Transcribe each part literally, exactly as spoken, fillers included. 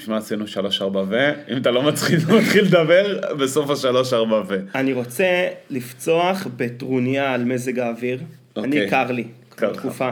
בשביל מה עשינו שלוש ארבע ו, אם אתה לא מתחיל, מתחיל לדבר, בסוף השלוש ארבע ו. אני רוצה לפצוח בטרוניה על מזג האוויר. אני קר לי, כבר תקופה.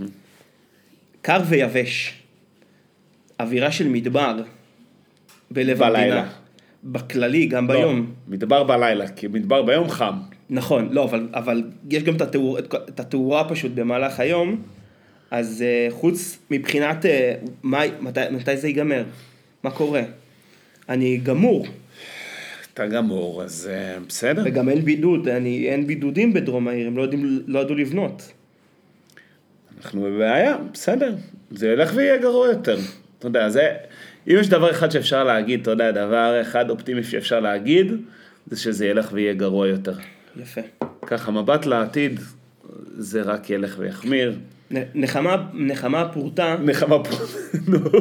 קר ויבש. אווירה של מדבר. בלב המדינה. בכללי, גם ביום. מדבר בלילה, כי מדבר ביום חם. נכון, לא, אבל, אבל יש גם את התאורה פשוט במהלך היום, אז חוץ מבחינת, מה, מתי, מתי זה ייגמר? מה קורה? אני גמור. אתה גמור, אז בסדר. וגם אין בידוד, אני, אין בידודים בדרום העיר, הם לא יודעים, לא ידעו לבנות. אנחנו בבעיה, בסדר. זה ילך ויהיה גרוע יותר. אתה יודע, זה, אם יש דבר אחד שאפשר להגיד, אתה יודע, דבר אחד אופטימי שאפשר להגיד, זה שזה ילך ויהיה גרוע יותר. יפה. ככה, מבט לעתיד, זה רק ילך ויחמיר. נחמה, נחמה פורטה. נחמה פורטה.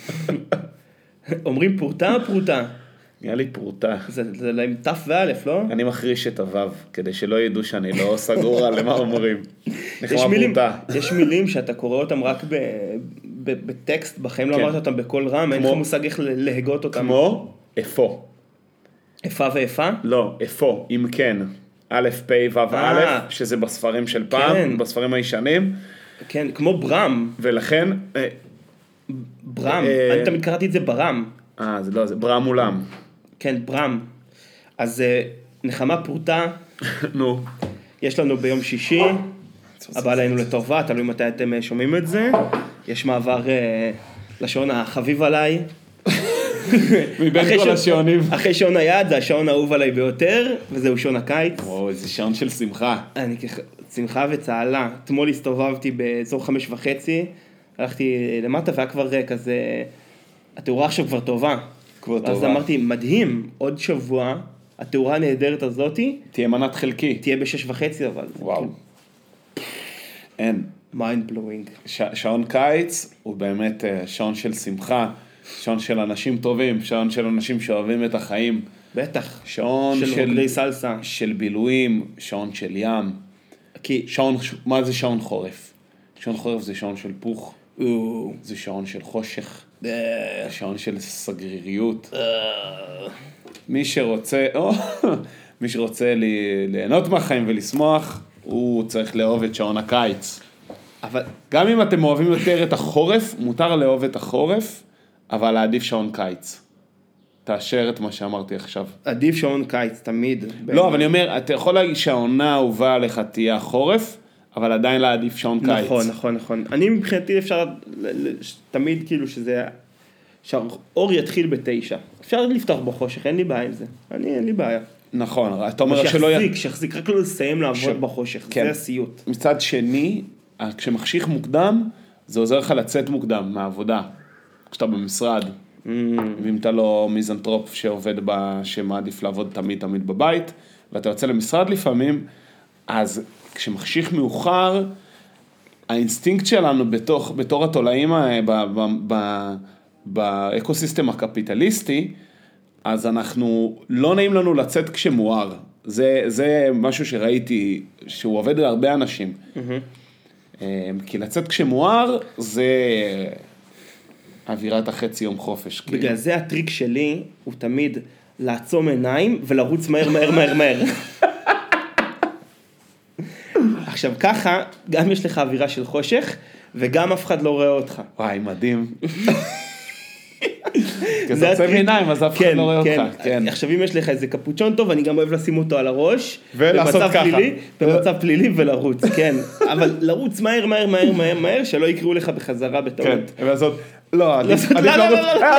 אומרים פורטה או פרוטה? נהיה לי פרוטה. זה, זה להם תף ואלף, לא? אני מחריש את הוו, כדי שלא ידעו שאני לא סגור על למה אומרים. נחמה פרוטה. יש מילים שאתה קורא אותם רק ב, ב, בטקסט, בחיים לא אמרת אותם בכל רם, אין לך מושג איך להגות אותם. כמו אפו. איפה ואיפה? לא, אפו, אם כן. א', פ', ו', א', שזה בספרים של פעם, בספרים הישנים. כן, כמו ברם. ולכן... ברם, אני תמיד קראתי את זה ברם. אה, זה לא, זה ברם אולם. כן, ברם. אז נחמה פרוטה. נו. יש לנו ביום שישי, הבא עלינו לטובה, תלוי מתי אתם שומעים את זה. יש מעבר לשעון החביב עליי. מבין כל השעונים. אחרי שעון היד, זה השעון האהוב עליי ביותר, וזהו שעון הקיץ. וואו, איזה שעון של שמחה. אני שמחה וצהלה. אתמול הסתובבתי באזור חמש וחצי, הלכתי למטה והיה כבר כזה, התאורה עכשיו כבר טובה. כבר טובה. אז אמרתי, מדהים, עוד שבוע, התאורה הנהדרת הזאת, תהיה מנת חלקי. תהיה בשש וחצי אבל. וואו. אין. mind blowing. ש- שעון קיץ הוא באמת שעון של שמחה, שעון של אנשים טובים, שעון של אנשים שאוהבים את החיים. בטח. שעון של, של, של סלסה. של בילויים, שעון של ים. כי... שעון, מה זה שעון חורף? שעון חורף זה שעון של פוך. או... זה שעון של חושך. זה שעון של סגריריות. מי שרוצה, או, מי שרוצה ליהנות מהחיים ולשמוח, הוא צריך לאהוב את שעון הקיץ. אבל... גם אם אתם אוהבים יותר את החורף, מותר לאהוב את החורף, אבל להעדיף שעון קיץ. תאשר את מה שאמרתי עכשיו. עדיף שעון קיץ, תמיד. לא, אבל אני אומר, אתה יכול להגיד שהעונה האהובה עליך תהיה החורף, אבל עדיין להעדיף שעון קיץ. נכון, נכון, נכון. אני מבחינתי אפשר, תמיד כאילו שזה, שהאור יתחיל בתשע. אפשר לפתוח בחושך, אין לי בעיה עם זה. אני, אין לי בעיה. נכון, אתה אומר שלא... שיחזיק, שיחזיק, רק לא לסיים לעבוד בחושך. זה הסיוט. מצד שני, כשמחשיך מוקדם, זה עוזר לך לצאת מוקדם מהעבודה. כשאתה במשרד, ואם אתה לא מיזנטרופ שעובד בה, שמעדיף לעבוד תמיד תמיד בבית, ואתה יוצא למשרד לפעמים, אז כשמחשיך מאוחר, האינסטינקט שלנו בתוך, בתור התולעים באקוסיסטם הקפיטליסטי, אז אנחנו, לא נעים לנו לצאת כשמואר. זה, זה משהו שראיתי, שהוא עובד על הרבה אנשים. כי לצאת כשמואר, זה אווירת החצי יום חופש. בגלל זה הטריק שלי הוא תמיד לעצום עיניים ולרוץ מהר מהר מהר מהר. עכשיו ככה, גם יש לך אווירה של חושך, וגם אף אחד לא רואה אותך. וואי, מדהים. כי זה עוצם עיניים, אז אף אחד לא רואה אותך. עכשיו אם יש לך איזה קפוצ'ון טוב, אני גם אוהב לשים אותו על הראש. ולעשות ככה. במצב פלילי ולרוץ, כן. אבל לרוץ מהר, מהר, מהר, מהר, מהר, שלא יקראו לך בחזרה בטעות. כן, ולעשות, לא, אני לא, לא, לא, לא.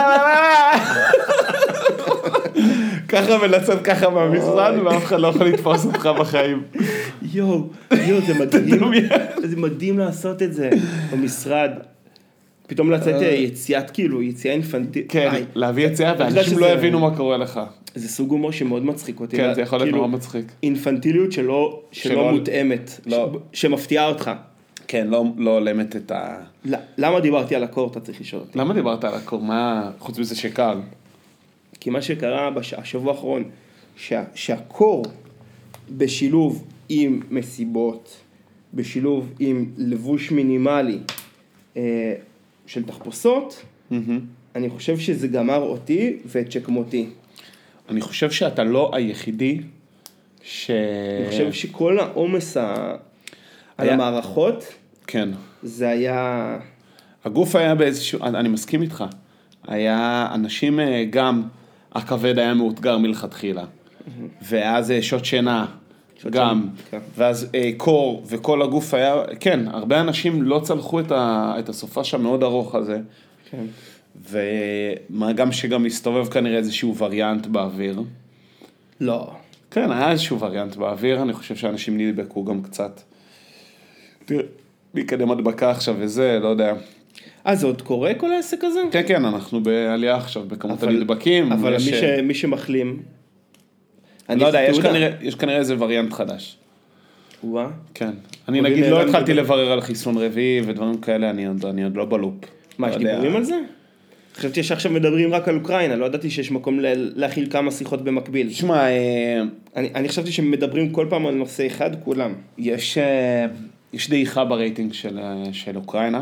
ככה ולצאת ככה מהמשרד, ואף אחד לא יכול לתפוס אותך בחיים. יואו, יואו, זה מדהים. זה מדהים לעשות את זה במשרד. פתאום לצאת יציאת כאילו, יציאה אינפנטילית. כן, להביא יציאה, ואנשים לא יבינו מה קורה לך. זה סוג הומור שמאוד מצחיק אותי. כן, זה יכול להיות מאוד מצחיק. אינפנטיליות שלא מותאמת, שמפתיעה אותך. כן, לא הולמת את ה... למה דיברתי על הקור, אתה צריך לשאול אותי. למה דיברת על הקור? מה, חוץ מזה שקל? כי מה שקרה בשבוע האחרון, שהקור בשילוב עם מסיבות, בשילוב עם לבוש מינימלי, של תחפושות, אני חושב שזה גמר אותי ואת שכמותי. אני חושב שאתה לא היחידי ש... אני חושב שכל העומס ה... על המערכות, כן. זה היה... הגוף היה באיזשהו, אני מסכים איתך, היה אנשים גם, הכבד היה מאותגר מלכתחילה, ואז שעות שינה, גם, ואז קור, וכל הגוף היה, כן, הרבה אנשים לא צלחו את הסופש המאוד ארוך הזה, ומה גם שגם מסתובב כנראה איזשהו וריאנט באוויר. לא. כן, היה איזשהו וריאנט באוויר, אני חושב שאנשים נדבקו גם קצת. תראה, מקדם הדבקה עכשיו וזה, לא יודע. אה, זה עוד קורה כל העסק הזה? כן, כן, אנחנו בעלייה עכשיו בכמות הנדבקים. אבל מי שמחלים... לא יודע, יש כנראה איזה וריאנט חדש. וואה. כן. אני נגיד לא התחלתי לברר על חיסון רביעי ודברים כאלה, אני עוד לא בלופ. מה, יש דיבורים על זה? חשבתי שעכשיו מדברים רק על אוקראינה, לא ידעתי שיש מקום להכיל כמה שיחות במקביל. תשמע, אני חשבתי שמדברים כל פעם על נושא אחד, כולם. יש דעיכה ברייטינג של אוקראינה.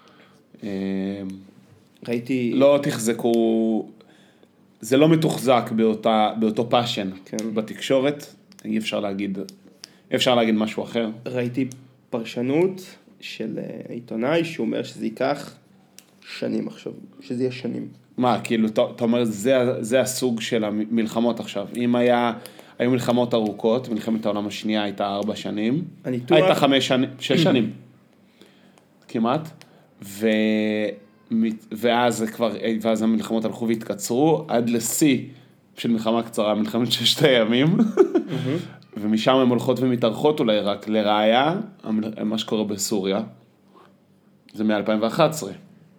ראיתי... לא תחזקו, זה לא מתוחזק באותו פאשן בתקשורת, אי אפשר להגיד, אפשר להגיד משהו אחר. ראיתי פרשנות של עיתונאי שאומר שזה ייקח שנים עכשיו, שזה יהיה שנים. מה, כאילו, אתה אומר, זה הסוג של המלחמות עכשיו. אם היה, היו מלחמות ארוכות, מלחמת העולם השנייה הייתה ארבע שנים, הייתה חמש שנים, שש שנים, כמעט, ו... ואז כבר, ואז המלחמות הלכו והתקצרו, עד לשיא של מלחמה קצרה, מלחמת ששת הימים, ומשם הן הולכות ומתארכות אולי רק לראיה, מה שקורה בסוריה, זה מ-אלפיים ואחת עשרה.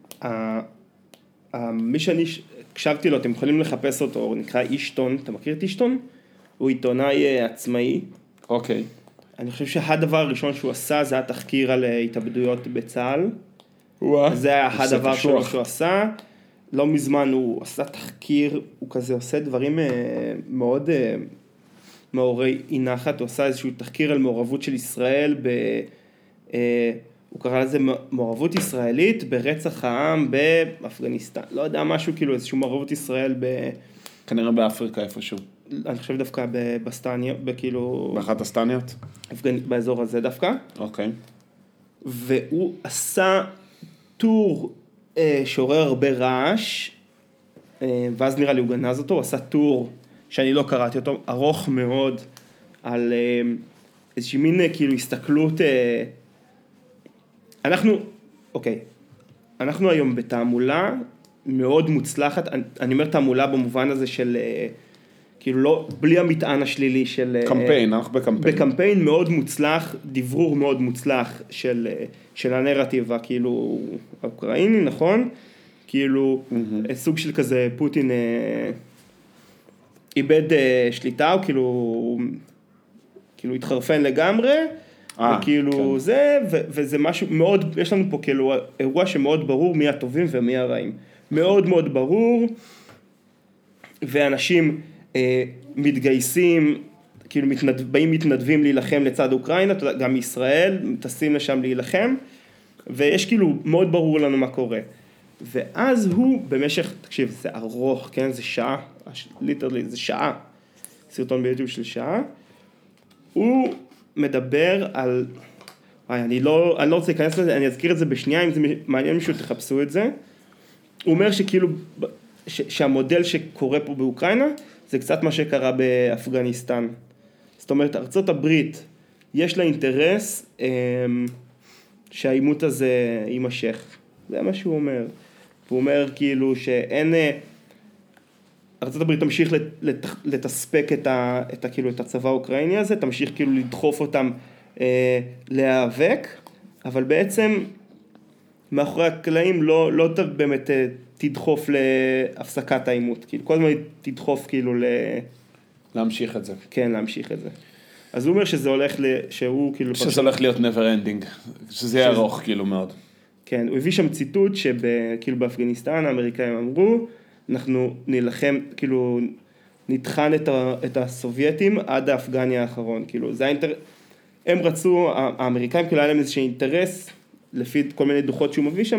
מי שאני הקשבתי לו, אתם יכולים לחפש אותו, הוא נקרא אישטון, אתה מכיר את אישטון? הוא עיתונאי עצמאי. אוקיי. אני חושב שהדבר הראשון שהוא עשה, זה התחקיר על התאבדויות בצה"ל. זה היה הדבר שלו שהוא עשה. לא מזמן הוא עשה תחקיר, הוא כזה עושה דברים מאוד מעוררי נחת, הוא עשה איזשהו תחקיר על מעורבות של ישראל ב... הוא קרא לזה מעורבות ישראלית ברצח העם באפגניסטן. לא יודע, משהו כאילו, איזשהו מעורבות ישראל ב... כנראה באפריקה איפשהו. אני חושב דווקא בסטניה, בכאילו... באחת הסטניות? באזור הזה דווקא. אוקיי. והוא עשה טור אה, שעורר הרבה רעש, אה, ואז נראה לי הוא גנז אותו, הוא עשה טור שאני לא קראתי אותו, ארוך מאוד, על אה, איזושהי מין אה, כאילו הסתכלות... אה, אנחנו, אוקיי, אנחנו היום בתעמולה מאוד מוצלחת, אני, אני אומר תעמולה במובן הזה של, כאילו לא, בלי המטען השלילי של... קמפיין, אנחנו בקמפיין. בקמפיין מאוד מוצלח, דברור מאוד מוצלח של, של הנרטיב, כאילו, האוקראיני, נכון? כאילו, mm-hmm. סוג של כזה, פוטין אה, איבד אה, שליטה, או כאילו, כאילו התחרפן לגמרי, אה, וכאילו כן. זה, ו- וזה משהו מאוד, יש לנו פה כאילו אירוע שמאוד ברור מי הטובים ומי הרעים. מאוד מאוד ברור, ואנשים אה, מתגייסים, כאילו מתנד... באים מתנדבים להילחם לצד אוקראינה, גם ישראל, טסים לשם להילחם, ויש כאילו מאוד ברור לנו מה קורה. ואז הוא במשך, תקשיב, זה ארוך, כן, זה שעה, ליטרלי, זה שעה, סרטון ביוטיוב של שעה, הוא מדבר על, אני לא, אני לא רוצה להיכנס לזה, אני אזכיר את זה בשנייה, אם זה מעניין מישהו, תחפשו את זה. הוא אומר שכאילו, ש, שהמודל שקורה פה באוקראינה, זה קצת מה שקרה באפגניסטן. זאת אומרת, ארצות הברית, יש לה אינטרס אה, שהאימות הזה יימשך. זה מה שהוא אומר. הוא אומר כאילו שאין, ארצות הברית תמשיך לת, לתספק את, ה, את, ה, כאילו, את הצבא האוקראיני הזה, תמשיך כאילו לדחוף אותם אה, להיאבק, אבל בעצם מאחורי הקלעים לא, לא באמת תדחוף להפסקת האימות. כאילו, כל הזמן תדחוף כאילו ל... להמשיך את זה. כן, להמשיך את זה. אז הוא אומר שזה הולך ל... שהוא כאילו... שזה הולך להיות never ending, שזה יהיה ארוך כאילו מאוד. כן, הוא הביא שם ציטוט שכאילו באפגניסטן האמריקאים אמרו, אנחנו נלחם, כאילו נטחן את, ה... את הסובייטים עד האפגני האחרון. כאילו, זה האינטר... הם רצו, האמריקאים כאילו היה להם איזשהו אינטרס, לפי כל מיני דוחות שהוא מביא שם,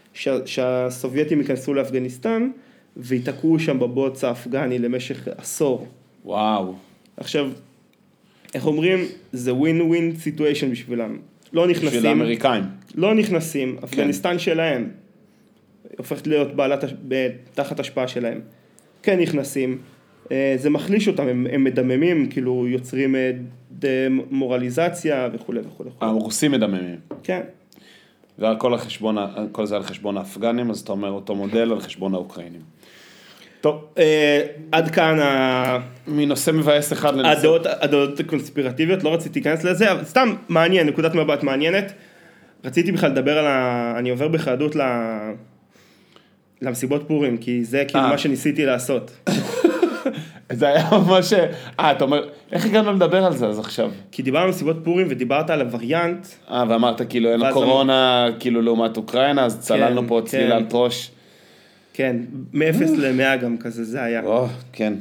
שה, שהסובייטים ייכנסו לאפגניסטן, והתעקעו שם בבוץ האפגני למשך עשור. וואו. עכשיו, איך אומרים? זה ווין-ווין סיטואשן בשבילם. לא נכנסים. בשביל האמריקאים. לא נכנסים, אפגניסטן שלהם. הופכת להיות בעלת, תחת השפעה שלהם. כן נכנסים. זה מחליש אותם, הם, הם מדממים, כאילו יוצרים דמורליזציה וכו' וכו'. הרוסים מדממים. כן. וכל החשבון, כל זה על חשבון האפגנים, אז אתה אומר אותו מודל על חשבון האוקראינים. טוב, אה, עד כאן ה... מנושא מבאס אחד לנושא. הדעות, הדעות הקונספירטיביות, לא רציתי להיכנס לזה, אבל סתם מעניין, נקודת מבט מעניינת. רציתי בכלל לדבר על ה... אני עובר בחדות ל... למסיבות פורים, כי זה כאילו מה שניסיתי לעשות. זה היה ממש... אה, אתה אומר, איך הגענו לדבר על זה אז עכשיו? כי דיברנו על מסיבות פורים ודיברת על הווריאנט. אה, ואמרת כאילו אין הקורונה, כאילו לעומת אוקראינה, אז צללנו פה צלילת ראש. כן, מאפס למאה גם כזה, זה היה. או, כן.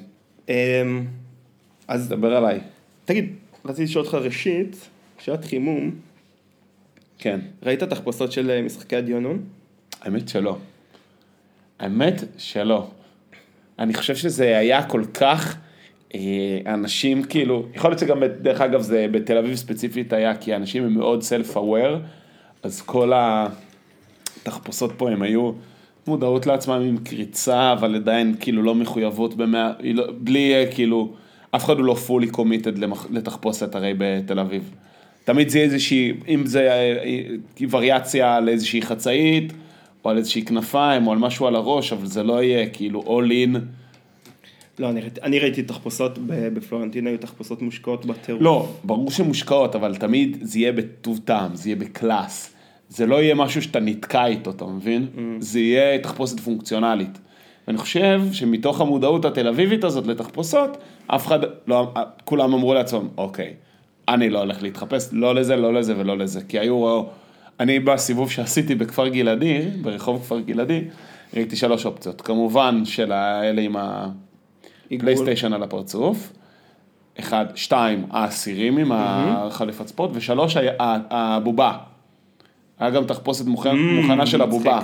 אז... דבר עליי. תגיד, רציתי לשאול אותך ראשית, שאלת חימום. כן. ראית תחפושות של משחקי הדיונון? האמת שלא. האמת שלא. אני חושב שזה היה כל כך, אנשים כאילו, יכול להיות שגם דרך אגב זה בתל אביב ספציפית היה, כי האנשים הם מאוד self-aware, אז כל התחפושות פה הם היו מודעות לעצמם עם קריצה, אבל עדיין כאילו לא מחויבות במאה, בלי כאילו, אף אחד הוא לא fully committed לתחפושת הרי בתל אביב. תמיד זה איזושהי, אם זה וריאציה על איזושהי חצאית, או על איזושהי כנפיים, או על משהו על הראש, אבל זה לא יהיה כאילו all in. לא, אני ראיתי, אני ראיתי תחפושות בפלורנטינה, היו תחפושות מושקעות בטירוף. לא, ברור שמושקעות, אבל תמיד זה יהיה בטוב טעם, זה יהיה בקלאס. זה לא יהיה משהו שאתה נתקע איתו, אתה מבין? Mm. זה יהיה תחפושת פונקציונלית. ואני חושב שמתוך המודעות התל אביבית הזאת לתחפושות, אף אחד, לא, כולם אמרו לעצמם, אוקיי, אני לא הולך להתחפש, לא לזה, לא לזה ולא לזה, כי היו, אני בסיבוב שעשיתי בכפר גלעדי, ברחוב כפר גלעדי, ראיתי שלוש אופציות, כמובן של האלה עם הפלייסטיישן על הפרצוף, אחד, שתיים, האסירים עם החליפת ספורט, ושלוש, הבובה. היה גם תחפושת מוכנה של הבובה.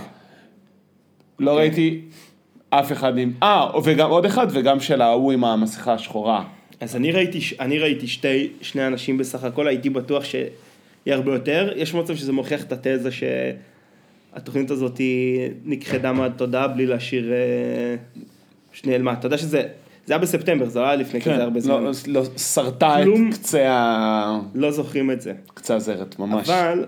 לא ראיתי אף אחד עם, אה, וגם עוד אחד, וגם של ההוא עם המסכה השחורה. אז אני ראיתי, אני ראיתי שתי, שני אנשים בסך הכל, הייתי בטוח שיהיה הרבה יותר. יש מצב שזה מוכיח את התזה שהתוכנית הזאת נכחדה מהתודעה בלי להשאיר שני אלמה. אתה יודע שזה, זה היה בספטמבר, זה היה לפני כזה הרבה זמן. לא, שרטה את קצה ה... לא זוכרים את זה. קצה הזרת, ממש. אבל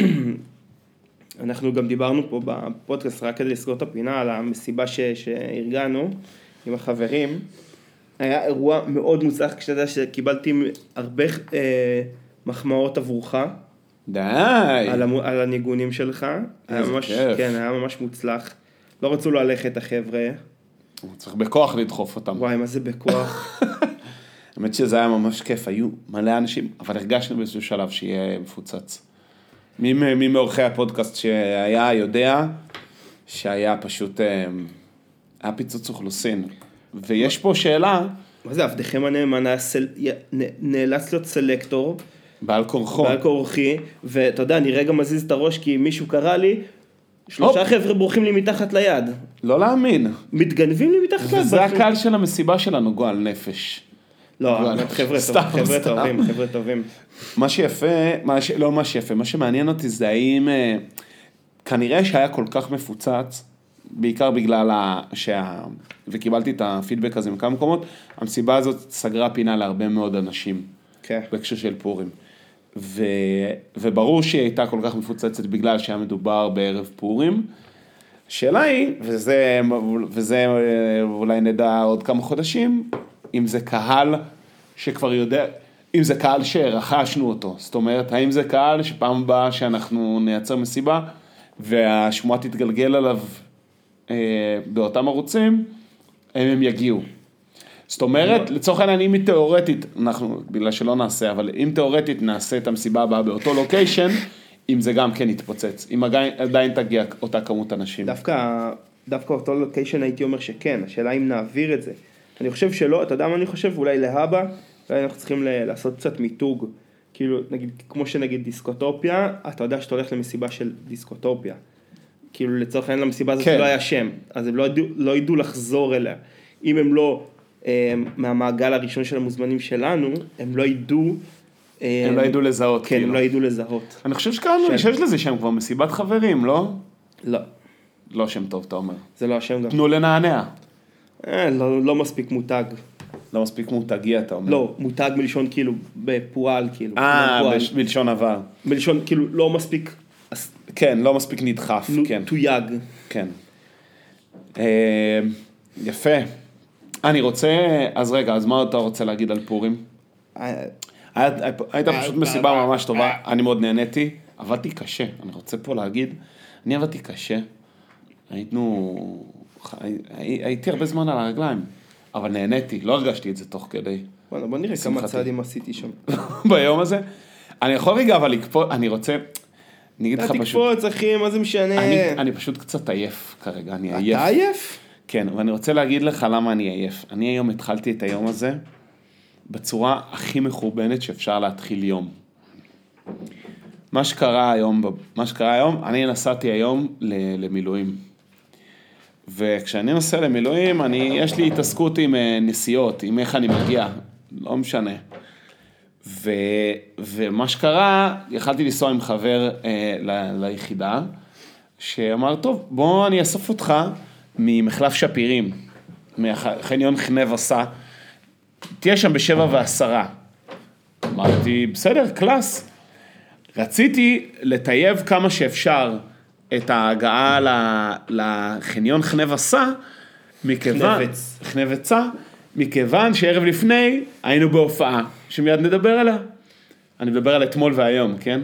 אנחנו גם דיברנו פה בפודקאסט, רק כדי לסגור את הפינה, על המסיבה שארגנו עם החברים. היה אירוע מאוד מוצלח, כשאתה יודע שקיבלתי הרבה אה, מחמאות עבורך. די. על, המ... על הניגונים שלך. היה ממש, כן, היה ממש מוצלח. לא רצו ללכת החבר'ה. צריך בכוח לדחוף אותם. וואי, מה זה בכוח? האמת שזה היה ממש כיף, היו מלא אנשים, אבל הרגשנו באיזשהו שלב שיהיה מפוצץ. מי, מי מאורחי הפודקאסט שהיה יודע שהיה פשוט, היה פיצוץ אוכלוסין. ויש פה שאלה... מה זה, עבדכם הנאמן נאלץ להיות סלקטור. בעל כורחו. בעל כורחי, ואתה יודע, אני רגע מזיז את הראש כי מישהו קרא לי, שלושה חבר'ה בורחים לי מתחת ליד. לא להאמין. מתגנבים לי מתחת ליד. וזה הקהל של המסיבה שלנו, גועל נפש. לא, חבר'ה טובים, חבר'ה טובים, חבר'ה טובים. מה שיפה, לא מה שיפה, מה שמעניין אותי זה האם, כנראה שהיה כל כך מפוצץ, בעיקר בגלל שה... וקיבלתי את הפידבק הזה מכמה מקומות, המסיבה הזאת סגרה פינה להרבה מאוד אנשים, בהקשר של פורים. ו... וברור שהיא הייתה כל כך מפוצצת בגלל שהיה מדובר בערב פורים. השאלה היא, וזה, וזה אולי נדע עוד כמה חודשים, אם זה קהל שכבר יודע, אם זה קהל שרכשנו אותו, זאת אומרת, האם זה קהל שפעם הבאה שאנחנו נייצר מסיבה, והשמועה תתגלגל עליו אה, באותם ערוצים, הם, הם יגיעו. זאת אומרת, לצורך העניין, אם היא תיאורטית, אנחנו, בגלל שלא נעשה, אבל אם תיאורטית נעשה את המסיבה הבאה באותו לוקיישן, אם זה גם כן יתפוצץ, אם עדיין תגיע אותה כמות אנשים. דווקא, דווקא אותו לוקיישן הייתי אומר שכן, השאלה אם נעביר את זה. אני חושב שלא, אתה יודע מה אני חושב? אולי להבא, אולי אנחנו צריכים לעשות קצת מיתוג, כאילו, נגיד, כמו שנגיד דיסקוטופיה, אתה יודע שאתה הולך למסיבה של דיסקוטופיה. כאילו לצורך העניין למסיבה הזאת לא היה שם, אז הם לא ידעו, לא ידעו לחזור אליה. אם הם לא מהמעגל הראשון של המוזמנים שלנו, הם לא ידעו... הם לא ידעו לזהות. כן, הם לא ידעו לזהות. אני חושב שקראנו, אני חושב לזה שם כבר מסיבת חברים, לא? לא. לא שם טוב, אתה אומר. זה לא השם גם. תנו לנענע. לא מספיק מותג. לא מספיק מותגי, אתה אומר. לא, מותג מלשון כאילו בפועל, כאילו. אה, בלשון עבר. בלשון כאילו לא מספיק... כן, לא מספיק נדחף, כן. תויג. כן. יפה. אני רוצה, אז רגע, אז מה אתה רוצה להגיד על פורים? הייתה פשוט מסיבה ממש טובה, אני מאוד נהניתי, עבדתי קשה, אני רוצה פה להגיד, אני עבדתי קשה, הייתנו, הייתי הרבה זמן על הרגליים, אבל נהניתי, לא הרגשתי את זה תוך כדי. בוא נראה כמה צעדים עשיתי שם. ביום הזה. אני יכול רגע, אבל לקפוץ, אני רוצה, אני אגיד לך פשוט. תקפוץ, אחי, מה זה משנה? אני פשוט קצת עייף כרגע, אני עייף. אתה עייף? כן, ואני רוצה להגיד לך למה אני עייף. אני היום התחלתי את היום הזה בצורה הכי מחורבנת שאפשר להתחיל יום. מה שקרה היום, מה שקרה היום, אני נסעתי היום למילואים. וכשאני נוסע למילואים, אני, יש לי התעסקות עם נסיעות, עם איך אני מגיע, לא משנה. ו, ומה שקרה, יכלתי לנסוע עם חבר אה, ל, ליחידה, שאמר, טוב, בוא אני אסוף אותך ממחלף שפירים, מחניון חנב עשה, תהיה שם בשבע ועשרה. אמרתי, בסדר, קלאס. רציתי לטייב כמה שאפשר את ההגעה לחניון חנב עשה, מכיוון, חנבץ. חנבצה, מכיוון שערב לפני היינו בהופעה, שמיד נדבר עליה. אני מדבר על אתמול והיום, כן?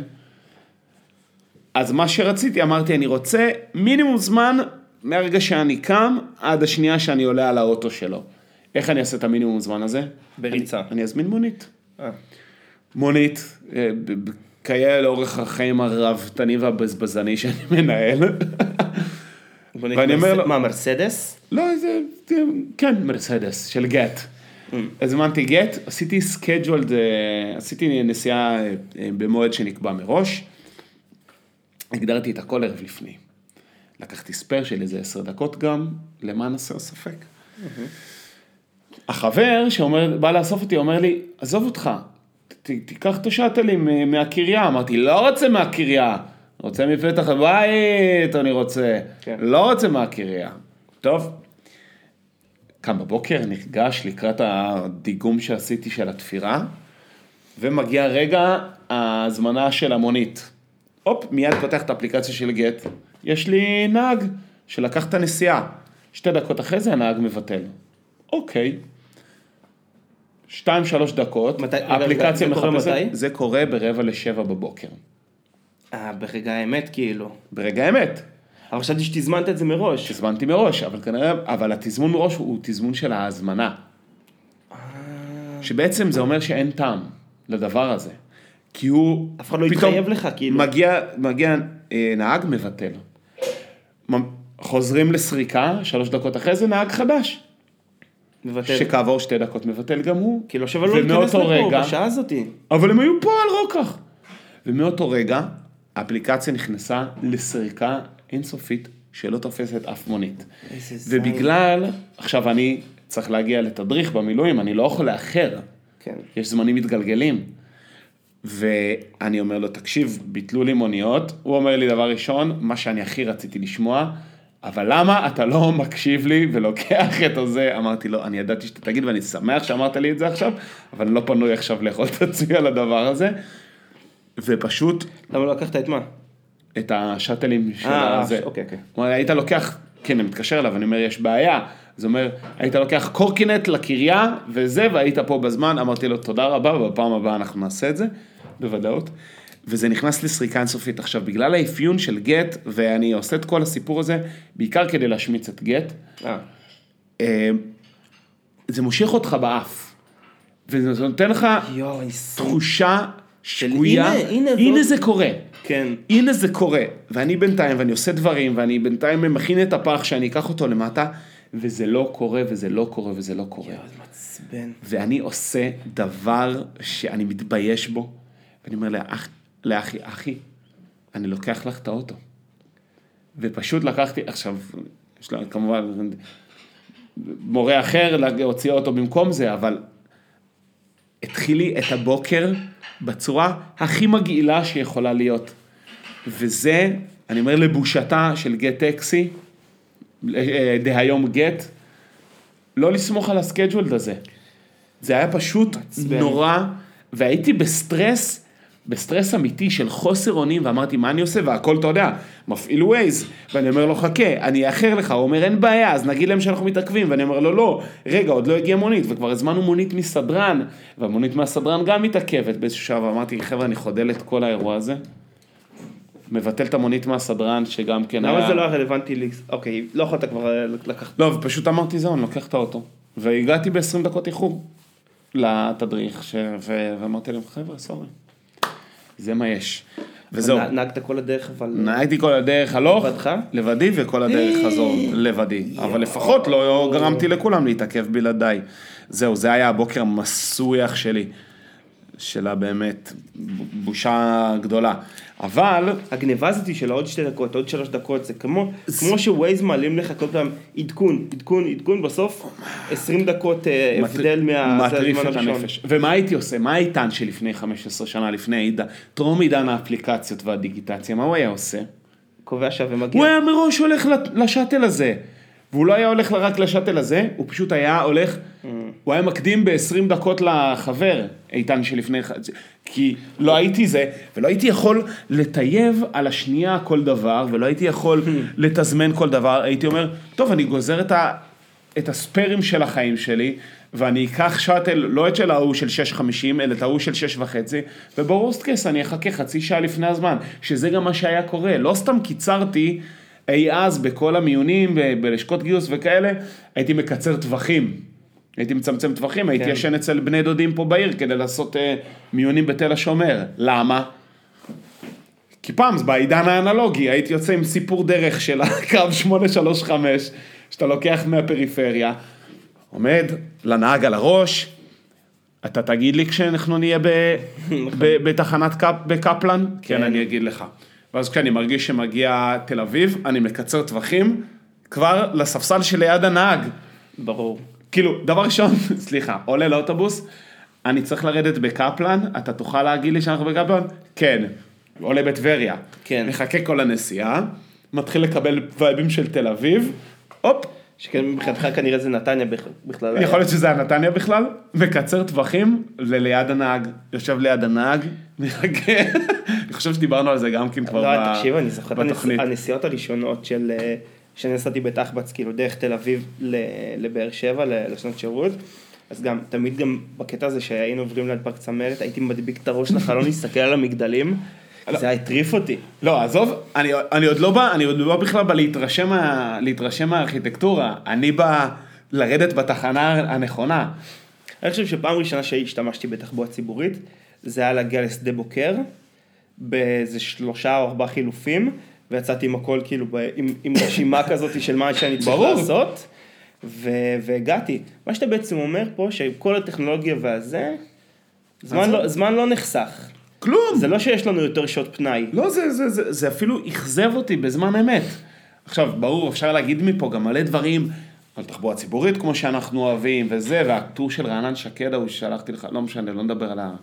אז מה שרציתי, אמרתי, אני רוצה מינימום זמן מהרגע שאני קם עד השנייה שאני עולה על האוטו שלו. איך אני אעשה את המינימום זמן הזה? בריצה. אני, אני אזמין מונית. אה. מונית, כאלה לאורך החיים הרבתני והבזבזני שאני מנהל. ואני אומר לו... מה, מרסדס? לא, זה, כן, מרסדס, של גט. הזמנתי גט, עשיתי סקייג'ולד, עשיתי נסיעה במועד שנקבע מראש, הגדרתי את הכל ערב לפני. לקחתי ספר של איזה עשר דקות גם, למען הסר ספק. החבר שבא לאסוף אותי, אומר לי, עזוב אותך, תיקח את השאטלים מהקריה. אמרתי, לא רוצה מהקריה, רוצה מפתח הבית, אני רוצה, לא רוצה מהקריה. טוב, קם בבוקר, נרגש לקראת הדיגום שעשיתי של התפירה, ומגיע רגע ההזמנה של המונית. הופ, מיד פותח את האפליקציה של גט, יש לי נהג שלקח את הנסיעה. שתי דקות אחרי זה הנהג מבטל. אוקיי. שתיים, שלוש דקות, מתי, האפליקציה זה קורה מחפשת, מתי? זה קורה ברבע לשבע בבוקר. אה, ברגע האמת כאילו. ברגע האמת. אבל חשבתי שתזמנת את זה מראש. תזמנתי מראש, אבל כנראה, אבל התזמון מראש הוא תזמון של ההזמנה. שבעצם זה אומר שאין טעם לדבר הזה. כי הוא... אף אחד לא יתחייב לך, כאילו. מגיע, מגיע אה, נהג מבטל. חוזרים לסריקה, שלוש דקות אחרי זה נהג חדש. מבטל. שכעבור שתי דקות מבטל גם הוא. כאילו שווה לא להיכנס לפה בשעה הזאת. אבל הם היו פה על רוקח. ומאותו רגע, האפליקציה נכנסה לסריקה אינסופית שלא תופסת אף מונית. ובגלל, עכשיו אני צריך להגיע לתדריך במילואים, אני לא יכול לאחר. כן. יש זמנים מתגלגלים. ואני אומר לו, תקשיב, ביטלו לי מוניות. הוא אומר לי דבר ראשון, מה שאני הכי רציתי לשמוע, אבל למה אתה לא מקשיב לי ולוקח את הזה? אמרתי לו, אני ידעתי שאתה תגיד, ואני שמח שאמרת לי את זה עכשיו, אבל אני לא פנוי עכשיו לאכול את עצמי על הדבר הזה. ופשוט... למה לא לקחת את מה? את השאטלים של אה, הזה. אוקיי, אוקיי. הוא אומר, היית לוקח, כן, אני מתקשר אליו, אני אומר, יש בעיה. אז הוא אומר, היית לוקח קורקינט לקריה, וזה, והיית פה בזמן. אמרתי לו, תודה רבה, ובפעם הבאה אנחנו נעשה את זה, בוודאות. וזה נכנס לסריקה אינסופית. עכשיו, בגלל האפיון של גט, ואני עושה את כל הסיפור הזה, בעיקר כדי להשמיץ את גט, זה מושך אותך באף. וזה נותן לך תחושה שגויה. הנה זה קורה. כן. הנה זה קורה. ואני בינתיים, ואני עושה דברים, ואני בינתיים מכין את הפח שאני אקח אותו למטה, וזה לא קורה, וזה לא קורה, וזה לא קורה. יואו, זה מצבן. ואני עושה דבר שאני מתבייש בו, ואני אומר לאח, לאחי, אחי, אני לוקח לך את האוטו. ופשוט לקחתי, עכשיו, יש לה כמובן, מורה אחר, הוציאה אותו במקום זה, אבל התחיל לי את הבוקר בצורה הכי מגעילה שיכולה להיות. וזה, אני אומר, לבושתה של גט טקסי, דהיום גט, לא לסמוך על הסקייג'ולד הזה. זה היה פשוט נורא, והייתי בסטרס, בסטרס אמיתי של חוסר אונים, ואמרתי, מה אני עושה? והכל, אתה יודע, מפעיל ווייז, ואני אומר לו, חכה, אני אאחר לך, הוא אומר, אין בעיה, אז נגיד להם שאנחנו מתעכבים, ואני אומר לו, לא, רגע, עוד לא הגיע מונית, וכבר הזמנו מונית מסדרן, והמונית מהסדרן גם מתעכבת באיזשהו שעה, ואמרתי, חבר'ה, אני חודל את כל האירוע הזה, מבטל את המונית מהסדרן, שגם כן היה... למה זה לא רלוונטי לי? אוקיי, לא יכולת כבר לקחת... לא, ופשוט אמרתי, זהו, אני לוקח את האוטו, והגעתי ב-עשרים דקות איחור לתדריך, ש... ואמרתי להם, חבר'ה, סורי. זה מה יש. וזהו. נהגת כל הדרך, אבל... נהגתי כל הדרך הלוך, לבדך? לבדי, וכל הדרך חזור לבדי. אבל לפחות לא גרמתי לכולם להתעכב בלעדיי. זהו, זה היה הבוקר המסויח שלי. שלה באמת בושה גדולה. אבל... הגניבה הזאת של עוד שתי דקות, עוד שלוש דקות, זה כמו, כמו שווייז מעלים לך כל פעם עדכון, עדכון, עדכון, בסוף עשרים דקות הבדל מהזמן הראשון. ומה הייתי עושה? מה האיתן שלפני חמש עשרה שנה, לפני טרום עידן האפליקציות והדיגיטציה, מה הוא היה עושה? קובע שווה מגיע. הוא היה מראש הולך לשאטל הזה. והוא לא היה הולך רק לשאטל הזה, הוא פשוט היה הולך, mm. הוא היה מקדים ב-עשרים דקות לחבר, איתן שלפני, כי לא הייתי זה, ולא הייתי יכול לטייב על השנייה כל דבר, ולא הייתי יכול לתזמן כל דבר, הייתי אומר, טוב, אני גוזר את, ה, את הספרים של החיים שלי, ואני אקח שאטל, לא את של ההוא של שש חמישים, אלא את ההוא של שש וחצי, ובוורסט קייס אני אחכה חצי שעה לפני הזמן, שזה גם מה שהיה קורה, לא סתם קיצרתי, אי אז בכל המיונים, בלשכות גיוס וכאלה, הייתי מקצר טווחים, הייתי מצמצם טווחים, הייתי כן. ישן אצל בני דודים פה בעיר, כדי לעשות uh, מיונים בתל השומר. למה? כי פעם, בעידן האנלוגי, הייתי יוצא עם סיפור דרך של הקו שמונה שלוש חמש, שאתה לוקח מהפריפריה, עומד לנהג על הראש, אתה תגיד לי כשאנחנו נהיה ב, ב, בתחנת קפ, בקפלן? כן, כן, אני אגיד לך. ואז כשאני מרגיש שמגיע תל אביב, אני מקצר טווחים כבר לספסל שליד הנהג. ברור. כאילו, דבר ראשון, סליחה, עולה לאוטובוס, אני צריך לרדת בקפלן, אתה תוכל להגיד לי שאנחנו בקפלן? כן. עולה בטבריה. כן. מחכה כל הנסיעה, מתחיל לקבל וייבים של תל אביב, הופ. שכן מבחינתך כנראה זה נתניה בכלל. יכול להיות שזה הנתניה בכלל, מקצר טווחים לליד הנהג, יושב ליד הנהג, מחכה. אני חושב שדיברנו על זה גם כן כבר בתוכנית. לא, תקשיב, אני זוכר את הנסיעות הראשונות של, שנסעתי בתחבץ, כאילו דרך תל אביב לבאר שבע, לשנות שירות, אז גם, תמיד גם בקטע הזה שהיינו עוברים ליד פארק צמרת, הייתי מדביק את הראש לחלון, להסתכל על המגדלים, זה הטריף אותי. לא, עזוב, אני, אני עוד לא בא, אני עוד לא בכלל בא להתרשם, מה, להתרשם מהארכיטקטורה, אני בא לרדת בתחנה הנכונה. אני חושב שפעם ראשונה שהשתמשתי בתחבורה ציבורית, זה היה להגיע לשדה בוקר, באיזה שלושה או ארבעה חילופים, ויצאתי עם הכל כאילו, עם, עם רשימה כזאת של מה שאני צריך לעשות, ו- והגעתי. מה שאתה בעצם אומר פה, שכל הטכנולוגיה והזה, זמן לא, זמן לא נחסך. כלום. זה לא שיש לנו יותר שעות פנאי. לא, זה, זה, זה, זה אפילו יחזב אותי בזמן אמת. עכשיו, ברור, אפשר להגיד מפה גם מלא דברים על תחבורה ציבורית, כמו שאנחנו אוהבים, וזה, והטור של רענן שקד, הוא שלחתי לך, לא משנה, לא נדבר על, ה...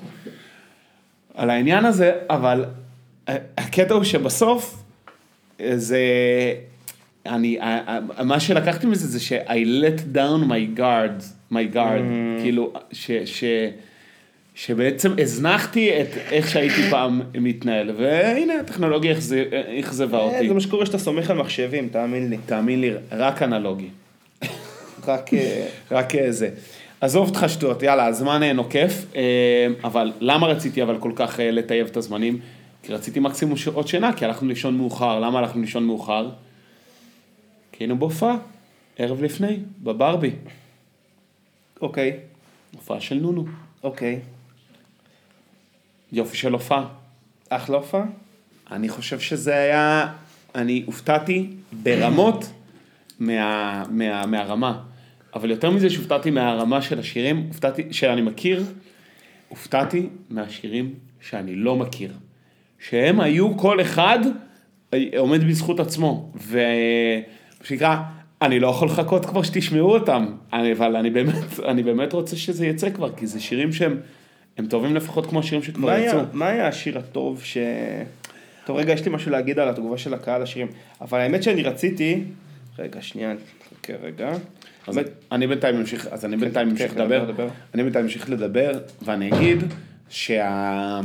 על העניין הזה, אבל הקטע הוא שבסוף, זה, אני, מה שלקחתי מזה, זה ש- I let down my guard, my guard, mm. כאילו, ש... ש שבעצם הזנחתי את איך שהייתי פעם מתנהל, והנה הטכנולוגיה הכזבה אותי. זה מה שקורה שאתה סומך על מחשבים, תאמין לי. תאמין לי, רק אנלוגי. רק... רק זה. עזוב אותך שטויות, יאללה, הזמן נוקף, אבל למה רציתי אבל כל כך לטייב את הזמנים? כי רציתי מקסימום עוד שינה, כי הלכנו לישון מאוחר. למה הלכנו לישון מאוחר? כי היינו בהופעה, ערב לפני, בברבי. אוקיי. הופעה של נונו. אוקיי. יופי של הופעה. אחלה הופעה? אני חושב שזה היה, אני הופתעתי ברמות מה, מה, מהרמה. אבל יותר מזה שהופתעתי מהרמה של השירים, הופתעתי, שאני מכיר, הופתעתי מהשירים שאני לא מכיר. שהם היו כל אחד עומד בזכות עצמו, ושקרא, אני לא יכול לחכות כבר שתשמעו אותם, אבל אני באמת, אני באמת רוצה שזה יצא כבר, כי זה שירים שהם הם טובים לפחות כמו השירים שכבר יצאו. מה היה השיר הטוב ש... טוב, רגע, יש לי משהו להגיד על התגובה של הקהל לשירים, אבל האמת שאני רציתי, רגע, שנייה, חכה רגע. אז אני בינתיים ממשיך, אז אני בינתיים ממשיך לדבר, אני בינתיים ממשיך לדבר, ואני אגיד שה...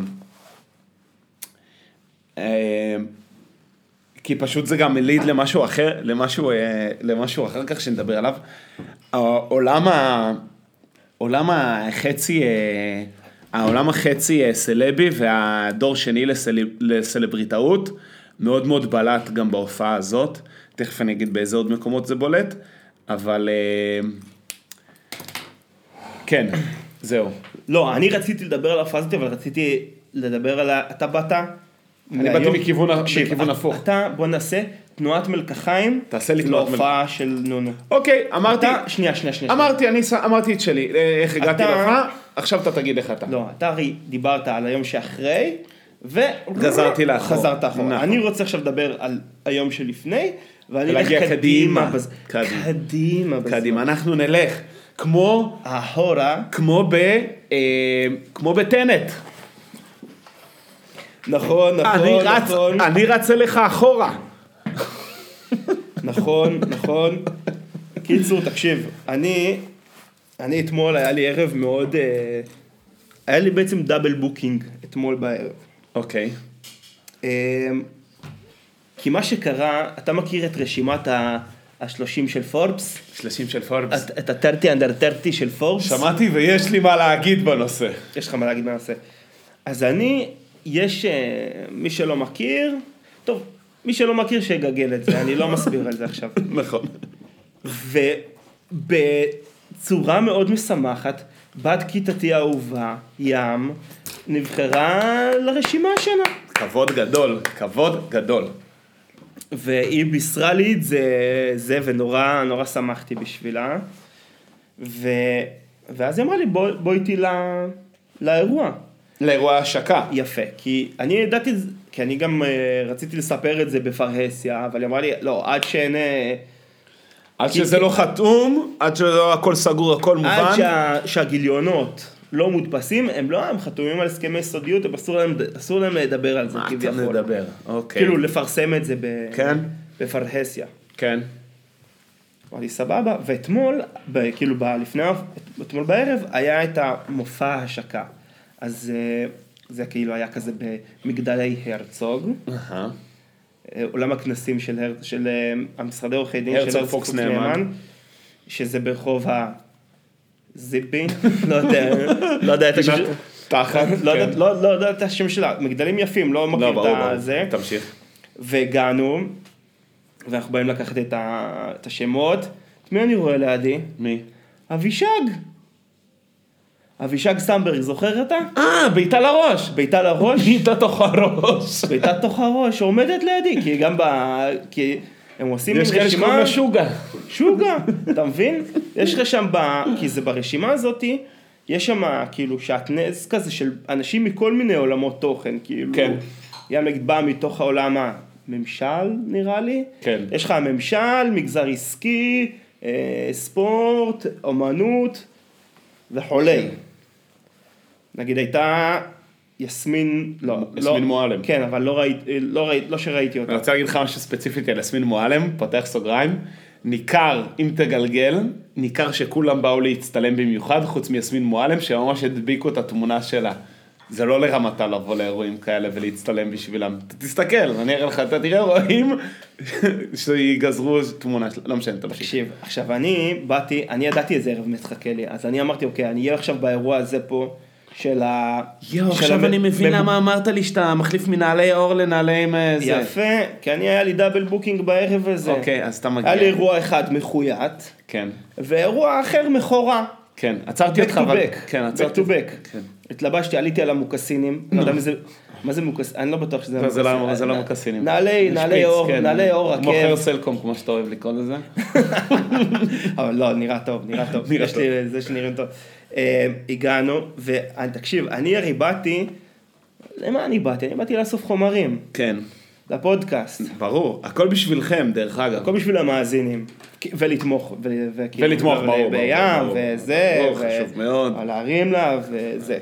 כי פשוט זה גם מליד למשהו אחר, למשהו, למשהו אחר כך שנדבר עליו. העולם ה... עולם החצי, העולם החצי סלבי והדור שני לסלב, לסלבריטאות, מאוד מאוד בלט גם בהופעה הזאת. תכף אני אגיד באיזה עוד מקומות זה בולט, אבל כן, זהו. לא, אני רציתי לדבר על ההופעה הזאת, אבל רציתי לדבר על ה... אתה באת... אני באתי מכיוון, מכיוון הפוך. אתה, בוא נעשה תנועת מלקחיים, תעשה לי תנועת מלקחיים. להופעה של נונו. אוקיי, אמרתי, אתה, שנייה, שנייה, שנייה. אמרתי, אני אמרתי את שלי, איך הגעתי להופעה, עכשיו אתה תגיד איך אתה. לא, אתה הרי דיברת על היום שאחרי, וגזרתי לאחור. חזרת אחורה. אני רוצה עכשיו לדבר על היום שלפני, ואני אלך קדימה. קדימה. קדימה, אנחנו נלך כמו, אחורה, כמו ב, כמו בטנט. נכון, נכון, אני רץ, נכון. אני רץ אליך אחורה. נכון, נכון. קיצור, תקשיב, אני, אני אתמול היה לי ערב מאוד, היה לי בעצם דאבל בוקינג אתמול בערב. אוקיי. כי מה שקרה, אתה מכיר את רשימת ה-שלושים של פורבס? שלושים של פורבס. את ה-שלושים under שלושים של פורבס? שמעתי ויש לי מה להגיד בנושא. יש לך מה להגיד בנושא. אז אני... יש מי שלא מכיר, טוב, מי שלא מכיר שיגגל את זה, אני לא מסביר על זה עכשיו. נכון. ובצורה מאוד משמחת, בת כיתתי האהובה, ים, נבחרה לרשימה השנה. כבוד גדול, כבוד גדול. והיא בישרה לי את זה, זה ונורא נורא שמחתי בשבילה. ו... ואז היא אמרה לי, בוא, בוא איתי לא... לאירוע. לאירוע השקה. יפה, כי אני ידעתי, כי אני גם uh, רציתי לספר את זה בפרהסיה, אבל היא אמרה לי, לא, עד שאין... עד כי... שזה לא חתום, עד שהכל סגור, הכל מובן. עד שה... שהגיליונות לא מודפסים, הם לא, הם חתומים על הסכמי סודיות, הם אסור להם, אסור להם לדבר על זה, כביכול. מה אתה מדבר? אוקיי. כאילו, לפרסם את זה ב... כן? בפרהסיה. כן. אמרתי, סבבה, ואתמול, ב... כאילו, ב... לפני, אתמול בערב, היה את המופע השקה. אז זה כאילו היה כזה במגדלי הרצוג, עולם הכנסים של, של המשרדי עורכי דין, הרצוג פוקס נאמן, שזה ברחוב הזיפי, לא יודע, לא יודע את השם, תחת, לא יודע את השם שלה, מגדלים יפים, לא מכיר את זה, תמשיך. והגענו, ואנחנו באים לקחת את השמות, את מי אני רואה לידי? מי? אבישג. אבישג סמברג, זוכר אתה? אה, בעיטה לראש. בעיטה לראש? בעיטה תוך הראש. בעיטה תוך הראש, עומדת לידי, כי גם ב... כי הם עושים יש כאלה שקוראים לה שוגה. שוגה, אתה מבין? יש לך שם, ב... כי זה ברשימה הזאת, יש שם כאילו שעטנז כזה של אנשים מכל מיני עולמות תוכן, כאילו. כן. גם נגיד בא מתוך העולם הממשל, נראה לי. כן. יש לך הממשל, מגזר עסקי, ספורט, אומנות. וחולי. נגיד הייתה יסמין, לא, יסמין לא, מועלם. כן, אבל לא ראיתי, לא ראיתי, לא שראיתי אותה. אני רוצה להגיד לך משהו ספציפית על יסמין מועלם, פותח סוגריים, ניכר, אם תגלגל, ניכר שכולם באו להצטלם במיוחד, חוץ מיסמין מועלם, שממש הדביקו את התמונה שלה. זה לא לרמתה לבוא לאירועים כאלה ולהצטלם בשבילם. תסתכל, אני אראה לך, אתה תראה אירועים שיגזרו תמונה שלה, לא משנה, תמשיך. תקשיב, עכשיו אני באתי, אני ידעתי איזה ערב מתחכה לי, אז אני אמרתי, אוקיי, אני אהיה עכשיו באירוע הזה פה, של ה... יו, עכשיו אני מבין למה אמרת לי שאתה מחליף מנעלי אור לנעלי עם זה. יפה, כי אני היה לי דאבל בוקינג בערב הזה. אוקיי, אז אתה מגיע. היה לי אירוע אחד מחויית. כן. ואירוע אחר מחורה. כן, עצרתי אותך, אבל... כן, עצרתי. back to back. כן. התלבשתי, עליתי על המוקסינים, לא יודע מה זה מוקסינים, אני לא בטוח שזה מוקסינים. זה לא מוקסינים. נעלי אור, נעלי אור עקב. מוכר סלקום, כמו שאתה אוהב לקרוא לזה. אבל לא, נראה טוב, נראה טוב. יש לי זה שנראים טוב. הגענו, ותקשיב, אני הרי באתי, למה אני באתי? אני באתי לאסוף חומרים. כן. לפודקאסט. ברור, הכל בשבילכם, דרך אגב. הכל בשביל המאזינים, ולתמוך, ולתמוך, ברור, בים, וזה, ברור, חשוב מאוד. להרים לה, וזה.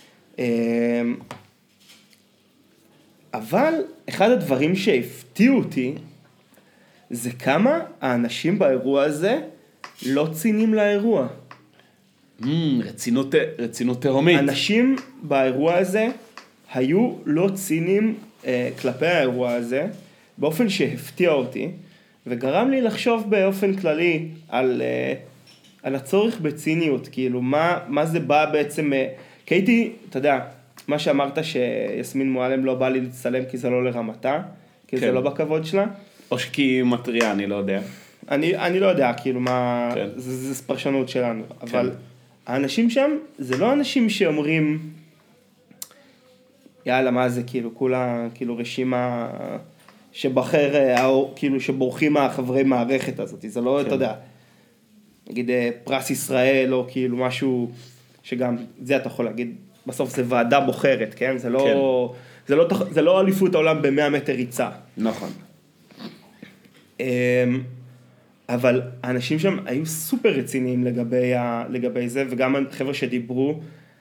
אבל אחד הדברים שהפתיעו אותי, זה כמה האנשים באירוע הזה לא צינים לאירוע. רצינות, רצינות תהומית. אנשים באירוע הזה היו לא צינים אה, כלפי האירוע הזה, באופן שהפתיע אותי, וגרם לי לחשוב באופן כללי על, אה, על הצורך בציניות, כאילו מה, מה זה בא בעצם, אה, כי הייתי, אתה יודע, מה שאמרת שיסמין מועלם לא בא לי להצטלם כי זה לא לרמתה, כי כן. זה לא בכבוד שלה. או שכי היא מטריה, אני לא יודע. אני, אני לא יודע, כאילו מה, כן. זה, זה פרשנות שלנו, כן. אבל האנשים שם, זה לא אנשים שאומרים, יאללה, מה זה, כאילו, כולה, כאילו, רשימה שבחר, כאילו, שבורחים מהחברי מערכת הזאת, זה לא, כן. אתה יודע, נגיד, פרס ישראל, או כאילו, משהו, שגם, זה אתה יכול להגיד, בסוף זה ועדה בוחרת, כן? זה לא, כן. זה לא, זה לא אליפות העולם ב-מאה מטר ריצה. נכון. אבל האנשים שם היו סופר רציניים לגבי, ה, לגבי זה, וגם החבר'ה שדיברו,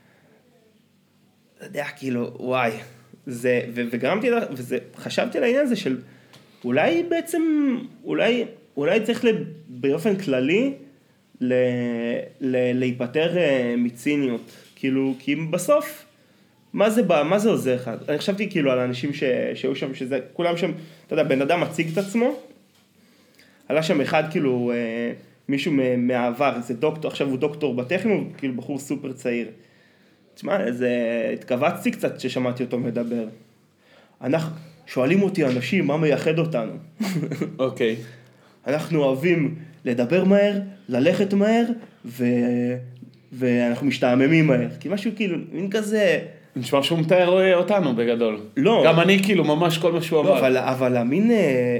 אתה יודע, כאילו, וואי, זה, ו, וגרמתי, וזה, חשבתי על העניין הזה של, אולי בעצם, אולי, אולי צריך לב, באופן כללי, ל, ל, להיפטר מציניות, כאילו, כי בסוף, מה זה בא, מה זה עוזר לך? אני חשבתי כאילו על האנשים ש, שהיו שם, שזה, כולם שם, אתה יודע, בן אדם מציג את עצמו, עלה שם אחד כאילו, אה, מישהו מהעבר, זה דוקטור, עכשיו הוא דוקטור בטכניון, הוא כאילו בחור סופר צעיר. תשמע, איזה, התכווצתי קצת ששמעתי אותו מדבר. אנחנו, שואלים אותי אנשים, מה מייחד אותנו? אוקיי. אנחנו אוהבים לדבר מהר, ללכת מהר, ו... ואנחנו משתעממים מהר. כי משהו כאילו, מין כזה... נשמע שהוא מתאר אותנו בגדול. לא. גם אני כאילו, ממש כל מה שהוא אמר. לא, אבל, אבל המין...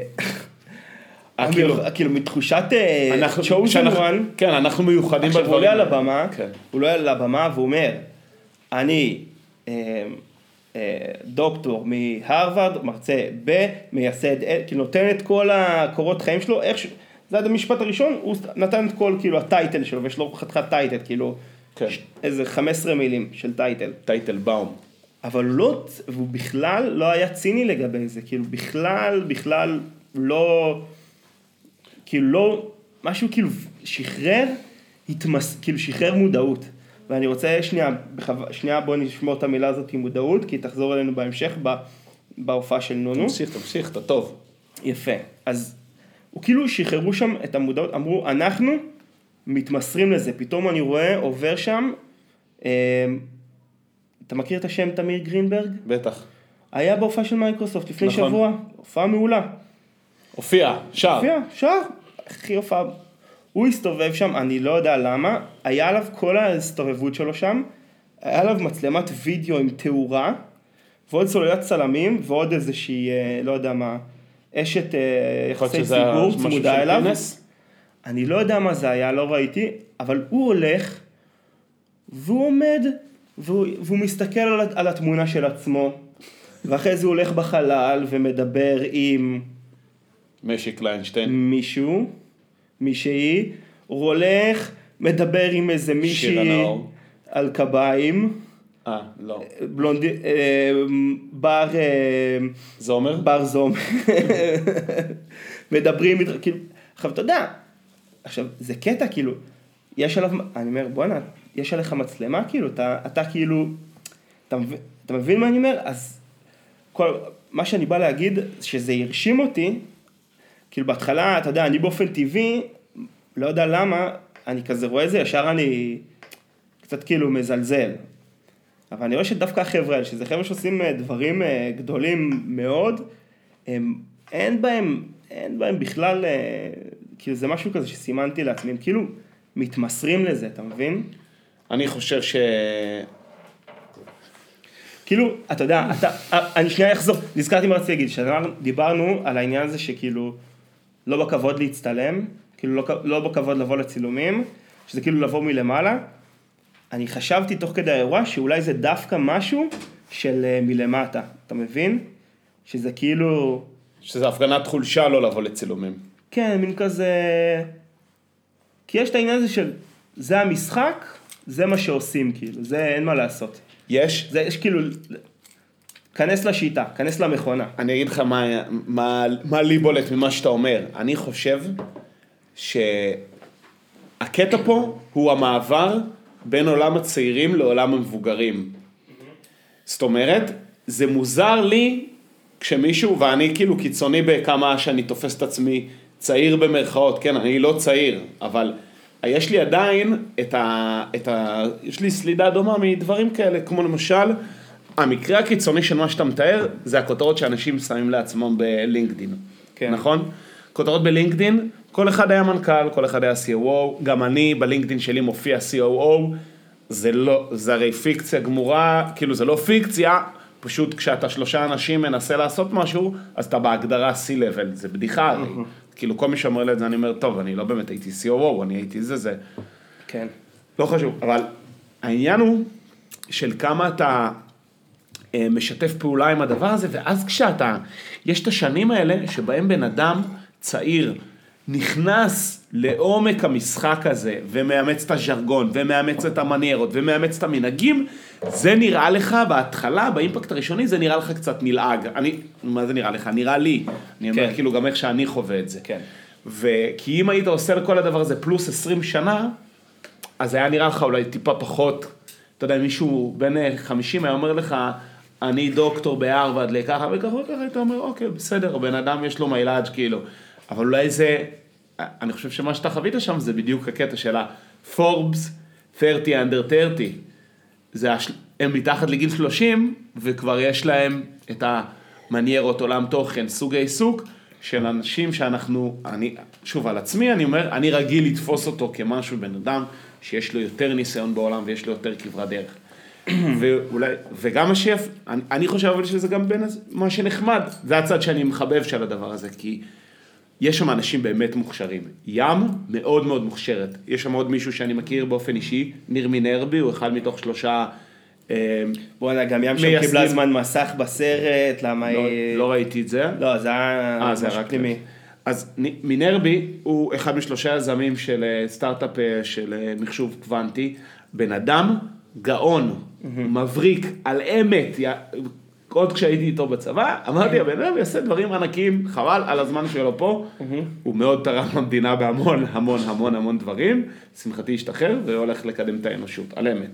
כאילו מתחושת chosen one, כן, אנחנו מיוחדים בדברים. הוא עולה על הבמה, הוא עולה על הבמה והוא אומר, אני דוקטור מהרווארד, מרצה ב, מייסד, כאילו נותן את כל הקורות חיים שלו, זה עד המשפט הראשון, הוא נתן את כל כאילו הטייטל שלו, ויש לו חתיכת טייטל, כאילו איזה חמש עשרה מילים של טייטל. טייטל באום. אבל לא, והוא בכלל לא היה ציני לגבי זה, כאילו בכלל, בכלל לא... כאילו לא, משהו כאילו שחרר, התמס, כאילו שחרר מודעות. ואני רוצה שנייה, בחו... שנייה בוא נשמור את המילה הזאת עם מודעות, כי תחזור אלינו בהמשך ב... בהופעה של נונו. תמשיך, תמשיך, אתה טוב. יפה. אז הוא כאילו שחררו שם את המודעות, אמרו, אנחנו מתמסרים לזה. פתאום אני רואה, עובר שם, אה, אתה מכיר את השם תמיר גרינברג? בטח. היה בהופעה של מייקרוסופט לפני נכון. שבוע, הופעה מעולה. הופיע, שר. הופיע, שר. הכי הופעה. הוא הסתובב שם, אני לא יודע למה, היה עליו כל ההסתובבות שלו שם, היה עליו מצלמת וידאו עם תאורה, ועוד סוללת צלמים, ועוד איזושהי, לא יודע מה, אשת יחסי ציבור צמודה אליו. אני לא יודע מה זה היה, לא ראיתי, אבל הוא הולך, והוא עומד, והוא, והוא מסתכל על, על התמונה של עצמו, ואחרי זה הוא הולך בחלל ומדבר עם... משי קליינשטיין. מישהו, מישהי, הוא הולך, מדבר עם איזה מישהי על קביים. אה, לא. בלונדי, אה, בר... אה, זומר? בר זומר. מדברים, כאילו, עכשיו, אתה יודע, עכשיו, זה קטע, כאילו, יש עליו, אני אומר, בוא'נה, יש עליך מצלמה, כאילו, אתה, אתה כאילו, אתה, אתה מבין מה אני אומר? אז כל, מה שאני בא להגיד, שזה ירשים אותי, כאילו בהתחלה, אתה יודע, אני באופן טבעי, לא יודע למה, אני כזה רואה זה, ישר אני קצת כאילו מזלזל. אבל אני רואה שדווקא החבר'ה האלה, שזה חבר'ה שעושים דברים גדולים מאוד, הם, אין בהם, אין בהם בכלל, כאילו זה משהו כזה שסימנתי לעצמי, הם כאילו מתמסרים לזה, אתה מבין? אני חושב ש... כאילו, אתה יודע, אתה, אני שנייה אחזור, נזכרתי מה רציתי להגיד, שדיברנו על העניין הזה שכאילו, לא בכבוד להצטלם, כאילו לא, לא בכבוד לבוא לצילומים, שזה כאילו לבוא מלמעלה, אני חשבתי תוך כדי האירוע שאולי זה דווקא משהו של מלמטה, אתה מבין? שזה כאילו... שזה הפגנת חולשה לא לבוא לצילומים. כן, מין כזה... כי יש את העניין הזה של, זה המשחק, זה מה שעושים, כאילו, זה אין מה לעשות. יש? זה, יש כאילו, כנס לשיטה, כנס למכונה. אני אגיד לך מה, מה, מה לי בולט ממה שאתה אומר. אני חושב שהקטע פה הוא המעבר בין עולם הצעירים לעולם המבוגרים. זאת אומרת, זה מוזר לי כשמישהו, ואני כאילו קיצוני בכמה שאני תופס את עצמי צעיר במרכאות, כן, אני לא צעיר, אבל יש לי עדיין את ה, את ה, יש לי סלידה דומה מדברים כאלה, כמו למשל, המקרה הקיצוני של מה שאתה מתאר, זה הכותרות שאנשים שמים לעצמם בלינקדין, כן. נכון? כותרות בלינקדין, כל אחד היה מנכ"ל, כל אחד היה סי או או, גם אני בלינקדין שלי מופיע סי או או, זה לא, זה הרי פיקציה גמורה, כאילו זה לא פיקציה, פשוט כשאתה שלושה אנשים מנסה לעשות משהו, אז אתה בהגדרה C-Level, זה בדיחה הרי. כאילו כל מי שאומר לי את זה, אני אומר, טוב, אני לא באמת הייתי סי או או, אני הייתי זה, זה. כן. לא חשוב, אבל העניין הוא של כמה אתה משתף פעולה עם הדבר הזה, ואז כשאתה, יש את השנים האלה שבהם בן אדם צעיר נכנס לעומק המשחק הזה, ומאמץ את הז'רגון, ומאמץ את המניירות, ומאמץ את המנהגים, זה נראה לך בהתחלה, באימפקט הראשוני, זה נראה לך קצת נלעג. אני, מה זה נראה לך? נראה לי. אני אומר, כן. כאילו גם איך שאני חווה את זה. כן. וכי אם היית עושה לכל הדבר הזה פלוס עשרים שנה, אז היה נראה לך אולי טיפה פחות, אתה יודע, מישהו בין חמישים היה אומר לך, אני דוקטור בהרווארד לככה וככה וככה, היית אומר, אוקיי, בסדר, בן אדם יש לו מיילאג' כאילו. אבל אולי זה, אני חושב שמה שאתה חווית שם, זה בדיוק הקטע של הפורבס שלושים under שלושים. זה, הם מתחת לגיל שלושים, וכבר יש להם את המניירות עולם תוכן, סוג העיסוק, של אנשים שאנחנו, אני, שוב, על עצמי אני אומר, אני רגיל לתפוס אותו כמשהו בן אדם, שיש לו יותר ניסיון בעולם, ויש לו יותר כברת דרך. ואולי, וגם השף, אני, אני חושב אבל שזה גם בין מה שנחמד, זה הצד שאני מחבב של הדבר הזה, כי יש שם אנשים באמת מוכשרים. ים מאוד מאוד מוכשרת. יש שם עוד מישהו שאני מכיר באופן אישי, ניר מינרבי, הוא אחד מתוך שלושה... בוא נגיד, גם ים שם קיבלה זמן מסך בסרט, למה היא... לא ראיתי את זה. לא, זה היה משהו פנימי. אז מינרבי הוא אחד משלושה יזמים של סטארט-אפ של מחשוב קוונטי, בן אדם גאון, מבריק, על אמת, עוד כשהייתי איתו בצבא, אמרתי, הבן אדם יעשה דברים ענקים, חבל על הזמן שלו פה, הוא מאוד תרם למדינה בהמון, המון, המון, המון דברים, שמחתי השתחרר, והולך לקדם את האנושות, על אמת.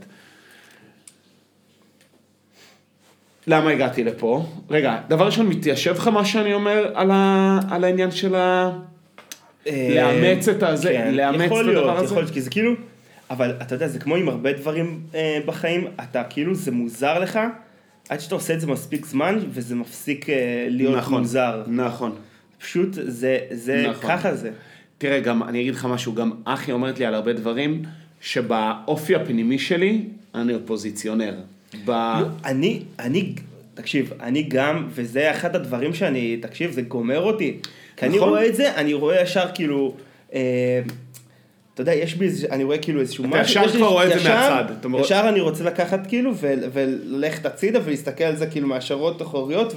למה הגעתי לפה? רגע, דבר ראשון, מתיישב לך מה שאני אומר על, ה... על העניין של ה... לאמץ את הזה, כן, לאמץ את יכול הדבר להיות, הזה? יכול להיות, כי זה כאילו, אבל אתה יודע, זה כמו עם הרבה דברים אה, בחיים, אתה כאילו, זה מוזר לך, עד שאתה עושה את זה מספיק זמן, וזה מפסיק אה, להיות נכון, מוזר. נכון. פשוט זה, זה נכון. ככה זה. תראה, גם, אני אגיד לך משהו, גם אחי אומרת לי על הרבה דברים, שבאופי הפנימי שלי, אני אופוזיציונר. ב... לא, אני, אני, תקשיב, אני גם, וזה אחד הדברים שאני, תקשיב, זה גומר אותי. כי אני רואה את זה, אני רואה ישר כאילו, אה, אתה יודע, יש בי, אני רואה כאילו איזשהו משהו. אתה ישר כבר רואה את זה מהצד. ישר אני רוצה לקחת כאילו, וללכת הצידה, ולהסתכל על זה כאילו מהשרות אחוריות,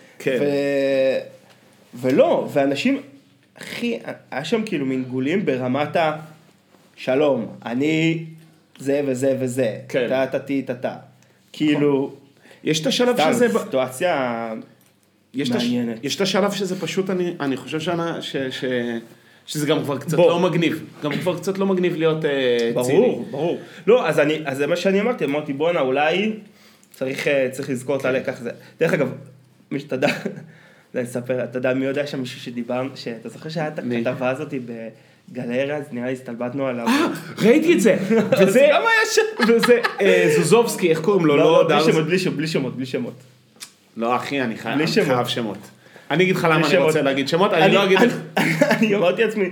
ולא, ואנשים, אחי, היה שם כאילו מין גולים ברמת השלום, אני זה וזה וזה, אתה, אתה, אתה, אתה. כאילו, יש את השלב שזה... סיטואציה מעניינת. יש את השלב שזה פשוט, אני, אני חושב שאני, ש, ש, שזה גם כבר קצת לא מגניב. גם כבר קצת לא מגניב להיות ציני. ברור, ברור. לא, אז אני, אז זה מה שאני אמרתי, אמרתי, בואנה, אולי צריך, צריך לזכור את הלקח הזה. דרך אגב, מי שתדע, אני אספר, אתה יודע, מי יודע שם מישהו שדיבר, שאתה זוכר שהיה את הכתבה הזאת בגלריה, אז נראה לי הסתלבטנו עליו. אה, ראיתי את זה. וזה, למה היה שם? וזה, זוזובסקי, איך קוראים לו? לא, בלי שמות, בלי שמות, בלי שמות, בלי שמות. לא, אחי, אני חייב שמות. אני אגיד לך למה אני רוצה להגיד שמות, אני לא אגיד... אני אמרתי לעצמי,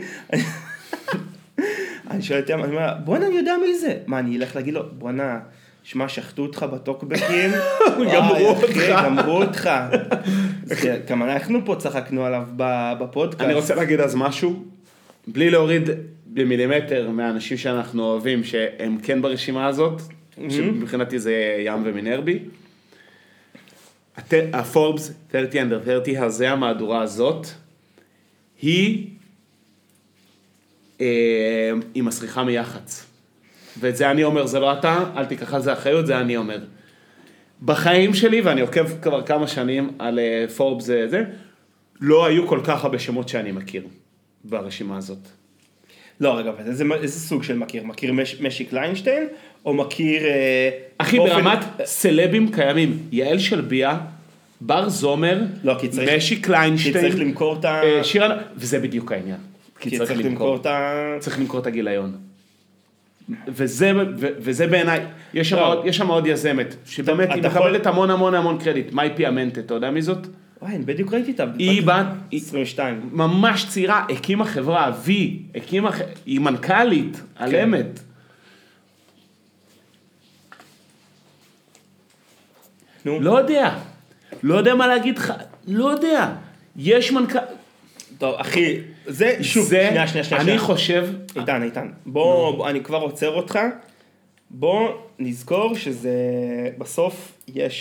אני שואל את ים, אני אומר, בוא'נה, אני יודע מי זה. מה, אני אלך להגיד לו, בוא'נה, שמע, שחטו אותך בטוקבקים. גמרו אותך. גמרו אותך. גם אנחנו פה צחקנו עליו בפודקאסט. אני רוצה להגיד אז משהו, בלי להוריד במילימטר מהאנשים שאנחנו אוהבים, שהם כן ברשימה הזאת, שמבחינתי זה ים ומינרבי. הפורבס שלושים under שלושים הזה, המהדורה הזאת, היא עם מסריחה מיחץ. ואת זה אני אומר, זה לא אתה, אל תיקח על זה אחריות, זה אני אומר. בחיים שלי, ואני עוקב כבר כמה שנים על פורבס זה, לא היו כל כך הרבה שמות שאני מכיר ברשימה הזאת. לא, רגע, איזה, איזה סוג של מכיר? מכיר מש, משי קליינשטיין, או מכיר... אחי, באופן... ברמת סלבים קיימים, יעל שלביה, בר זומר, לא, כי צריך, משי קליינשטיין, כי צריך למכור את ה... שירן, וזה בדיוק העניין. כי, כי צריך, צריך למכור את ה... צריך למכור את הגיליון. וזה, ו, וזה בעיניי, יש שם עוד, יש שם עוד יזמת, שבאמת היא מקבלת המון המון המון קרדיט. מאי פיאמנטה, אתה יודע מי זאת? וואי, בדיוק ראיתי אותה. היא בת עשרים ושתיים. ממש צעירה, הקימה חברה, וי, הקימה, היא מנכ"לית, על אמת. נו. לא יודע, לא יודע מה להגיד לך, לא יודע, יש מנכ"ל... טוב, אחי, זה, שוב, שנייה, שנייה, שנייה. אני חושב... איתן, איתן, בוא, אני כבר עוצר אותך, בוא נזכור שזה, בסוף יש...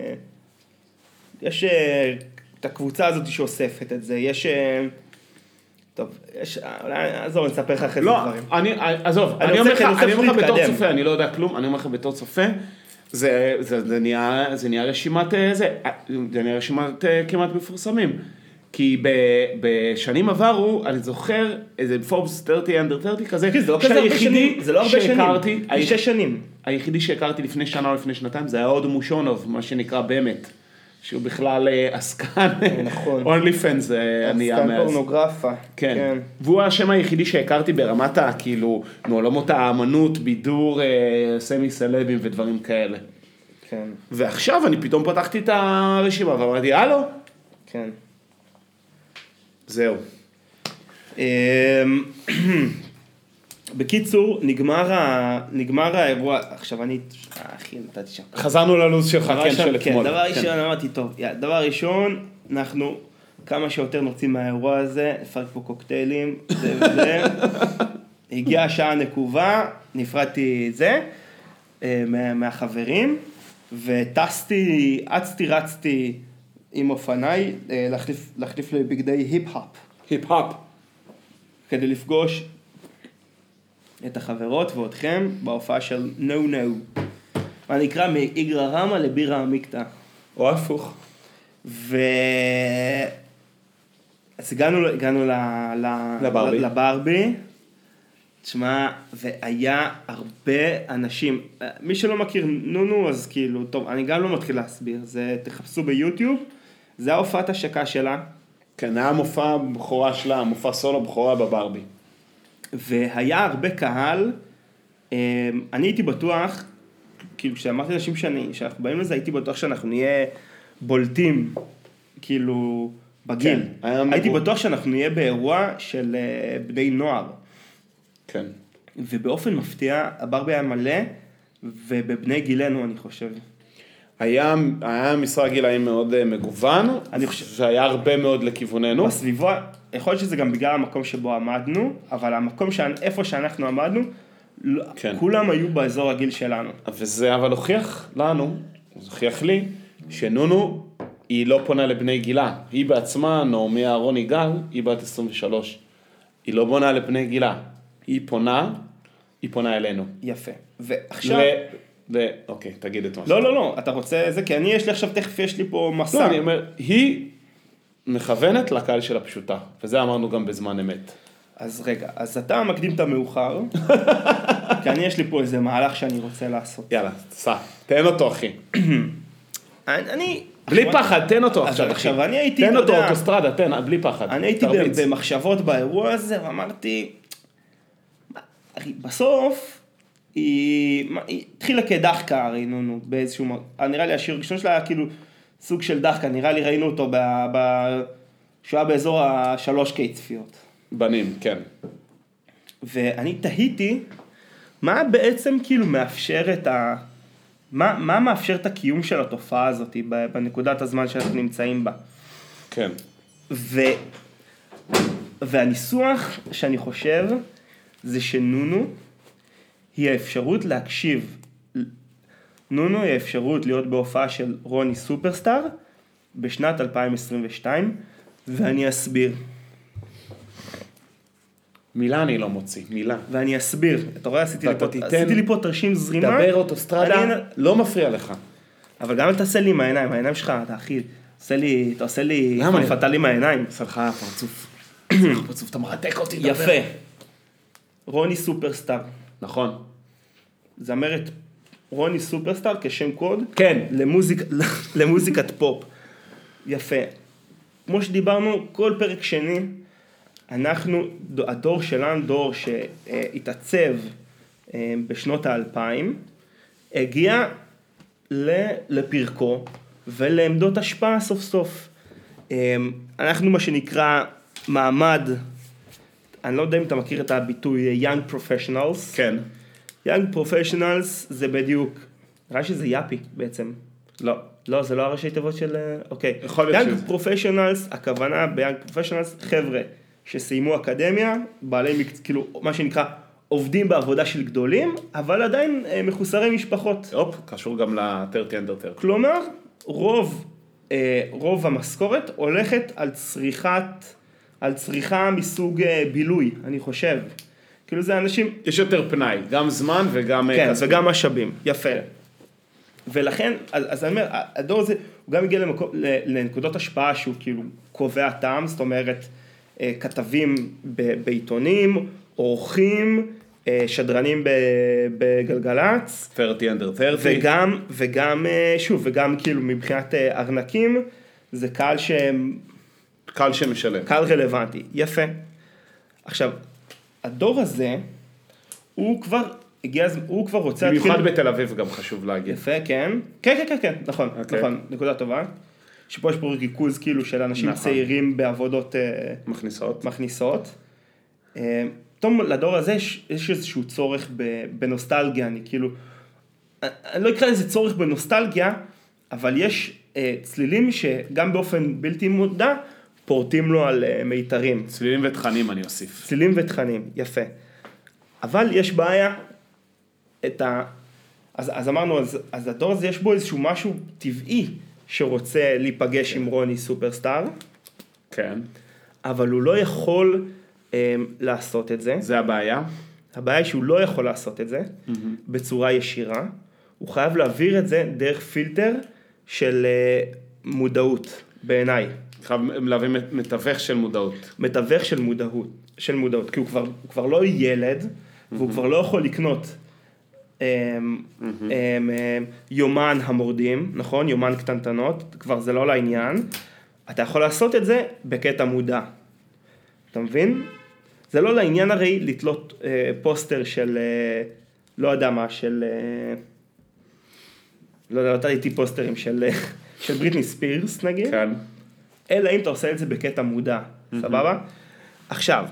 יש את הקבוצה הזאת שאוספת את זה, יש, טוב, יש, אולי, עזוב, אני אספר לך אחרי זה דברים. לא, אני, עזוב, אני אומר לך, אני אומר לך בתור צופה, אני לא יודע כלום, אני אומר לך בתור צופה, זה, זה, זה נהיה, זה נהיה רשימת, זה, זה נהיה רשימת כמעט מפורסמים, כי בשנים עברו, אני זוכר, איזה פורבס שלושים under שלושים כזה, שהיחידי שהכרתי, שש שנים, היחידי שהכרתי לפני שנה או לפני שנתיים, זה היה הוד מושונוב, מה שנקרא באמת. שהוא בכלל עסקן, אונלי פנס, אני עסקן פורנוגרפה. כן, והוא השם היחידי שהכרתי ברמת כאילו, מעולמות האמנות, בידור, סמי סלבים ודברים כאלה. כן. ועכשיו אני פתאום פתחתי את הרשימה ואמרתי, הלו? כן. זהו. בקיצור, נגמר, ה... נגמר האירוע, עכשיו אני, אחי, נתתי שם. חזרנו ללוז שלך, כן, של כן, אתמול. דבר ראשון, אמרתי, טוב, יא, דבר ראשון, אנחנו כמה שיותר נוצאים מהאירוע הזה, נפרק פה קוקטיילים, זה וזה, הגיעה השעה הנקובה, נפרדתי זה, מה, מהחברים, וטסתי, אצתי, רצתי עם אופניי, להחליף, להחליף לבגדי היפ-הופ. היפ-הופ. כדי לפגוש את החברות ואתכם בהופעה של נו נו. מה נקרא מאיגרא רמא לבירא עמיקתא. או הפוך. ו... אז הגענו, הגענו ל... לברבי. לברבי. תשמע, והיה הרבה אנשים. מי שלא מכיר נונו, אז כאילו, טוב, אני גם לא מתחיל להסביר. זה, תחפשו ביוטיוב. זה ההופעת השקה שלה. כן, היה מופע בחורה שלה, מופע סולו בחורה בברבי. והיה הרבה קהל, אני הייתי בטוח, כאילו כשאמרתי לאנשים שאני, שאנחנו באים לזה, הייתי בטוח שאנחנו נהיה בולטים, כאילו, בגיל. כן, הייתי בטוח שאנחנו נהיה באירוע של בני נוער. כן. ובאופן מפתיע, הברבי היה מלא, ובבני גילנו אני חושב. היה, היה משרה גילאים מאוד מגוון, אני חושב שהיה הרבה מאוד לכיווננו. בסביבה, יכול להיות שזה גם בגלל המקום שבו עמדנו, אבל המקום שאנ... איפה שאנחנו עמדנו, כן. כולם היו באזור הגיל שלנו. וזה אבל הוכיח לנו, הוכיח לי, שנונו היא לא פונה לבני גילה. היא בעצמה, נעמי אהרון יגאל, היא בת עשרים ושלוש. היא לא פונה לבני גילה. היא פונה, היא פונה אלינו. יפה. ועכשיו... ל... ל... אוקיי, תגיד את מה. לא, לא, לא, אתה רוצה זה, כי אני יש לי עכשיו, תכף יש לי פה מסע. לא, אני אומר, היא מכוונת לקהל של הפשוטה, וזה אמרנו גם בזמן אמת. אז רגע, אז אתה מקדים את המאוחר, כי אני יש לי פה איזה מהלך שאני רוצה לעשות. יאללה, סע, תן אותו אחי. אני... בלי פחד, תן אותו עכשיו. עכשיו, אני הייתי... תן אותו אוטוסטרדה, תן, בלי פחד. אני הייתי במחשבות באירוע הזה, ואמרתי, בסוף, היא התחילה כדחקה, ראינו, נו, באיזשהו... נראה לי, השיר ראשון שלה היה כאילו סוג של דחקה, נראה לי ראינו אותו שהוא היה באזור השלוש קי צפיות. בנים, כן. ואני תהיתי, מה בעצם כאילו מאפשר את ה... מה, מה מאפשר את הקיום של התופעה הזאת בנקודת הזמן שאנחנו נמצאים בה? כן. ו... והניסוח שאני חושב זה שנונו היא האפשרות להקשיב. נונו היא האפשרות להיות בהופעה של רוני סופרסטאר בשנת אלפיים עשרים ושתיים, ואני אסביר. מילה אני לא מוציא, מילה. ואני אסביר. אתה רואה, עשיתי לי פה, תיתן, עשיתי לי פה תרשים זרימה. דבר אוטוסטרדה, אני... לא מפריע לך. אבל גם אתה עושה לי עם העיניים, העיניים שלך, אתה אחי, עושה לי, אתה עושה לי, למה? לפתה לי מהעיניים. עושה לך פרצוף. עושה לך פרצוף, אתה מרתק אותי, דבר. יפה. רוני סופרסטאר. נכון. זמרת רוני סופרסטאר כשם קוד. כן. למוזיק, למוזיקת פופ. יפה. כמו שדיברנו, כל פרק שני, אנחנו, הדור שלנו, דור שהתעצב בשנות האלפיים, הגיע לפרקו ולעמדות השפעה סוף סוף. אנחנו מה שנקרא מעמד, אני לא יודע אם אתה מכיר את הביטוי Young Professionals. כן. Young Professionals זה בדיוק, נראה שזה יאפי בעצם. לא. לא, זה לא הראשי תיבות של... אוקיי. יכול להיות Young Professionals, הכוונה ב-Young Professionals, חבר'ה שסיימו אקדמיה, בעלי, כאילו, מה שנקרא, עובדים בעבודה של גדולים, אבל עדיין מחוסרי משפחות. אופ, קשור גם ל-שלושים under thirty. כלומר, רוב, רוב המשכורת הולכת על צריכת, על צריכה מסוג בילוי, אני חושב. כאילו זה אנשים... יש יותר פנאי, גם זמן וגם... כן, כספי. וגם משאבים, יפה. ולכן, אז, אז אני אומר, הדור הזה, הוא גם הגיע למקום, לנקודות השפעה שהוא כאילו קובע טעם, זאת אומרת, כתבים בעיתונים, עורכים, שדרנים בגלגלץ. שלושים under thirty. וגם, וגם, שוב, וגם כאילו מבחינת ארנקים, זה קהל שהם... קהל שמשלם. קהל רלוונטי, יפה. עכשיו, הדור הזה, הוא כבר הגיע, הוא כבר רוצה... במיוחד בתל אביב גם חשוב להגיד. יפה, כן. כן, כן, כן, כן, נכון, נכון, נקודה טובה. שפה יש פה ריכוז כאילו של אנשים צעירים בעבודות... מכניסות. מכניסות. פתאום לדור הזה יש, יש איזשהו צורך בנוסטלגיה, אני כאילו... אני לא אקרא לזה צורך בנוסטלגיה, אבל יש צלילים שגם באופן בלתי מודע, פורטים לו על מיתרים. צלילים ותכנים אני אוסיף. צלילים ותכנים, יפה. אבל יש בעיה, את ה... אז, אז אמרנו, אז, אז הדור הזה יש בו איזשהו משהו טבעי, שרוצה להיפגש עם רוני סופרסטאר. כן. אבל הוא לא יכול אה, לעשות את זה. זה הבעיה? הבעיה היא שהוא לא יכול לעשות את זה, mm-hmm. בצורה ישירה. הוא חייב להעביר את זה דרך פילטר של אה, מודעות, בעיניי. חייב להביא מתווך של מודעות. מתווך של מודעות, של מודעות, כי הוא כבר, הוא כבר לא ילד, mm-hmm. והוא כבר לא יכול לקנות אה, mm-hmm. אה, אה, יומן המורדים, נכון? יומן קטנטנות, כבר זה לא לעניין. אתה יכול לעשות את זה בקטע מודע. אתה מבין? זה לא לעניין הרי לתלות אה, פוסטר של, אה, לא יודע מה, של, אה, לא יודע, לא תליתי פוסטרים של, אה, של בריטני ספירס נגיד. כן. אלא אם אתה עושה את זה בקטע מודע, mm-hmm. סבבה? עכשיו,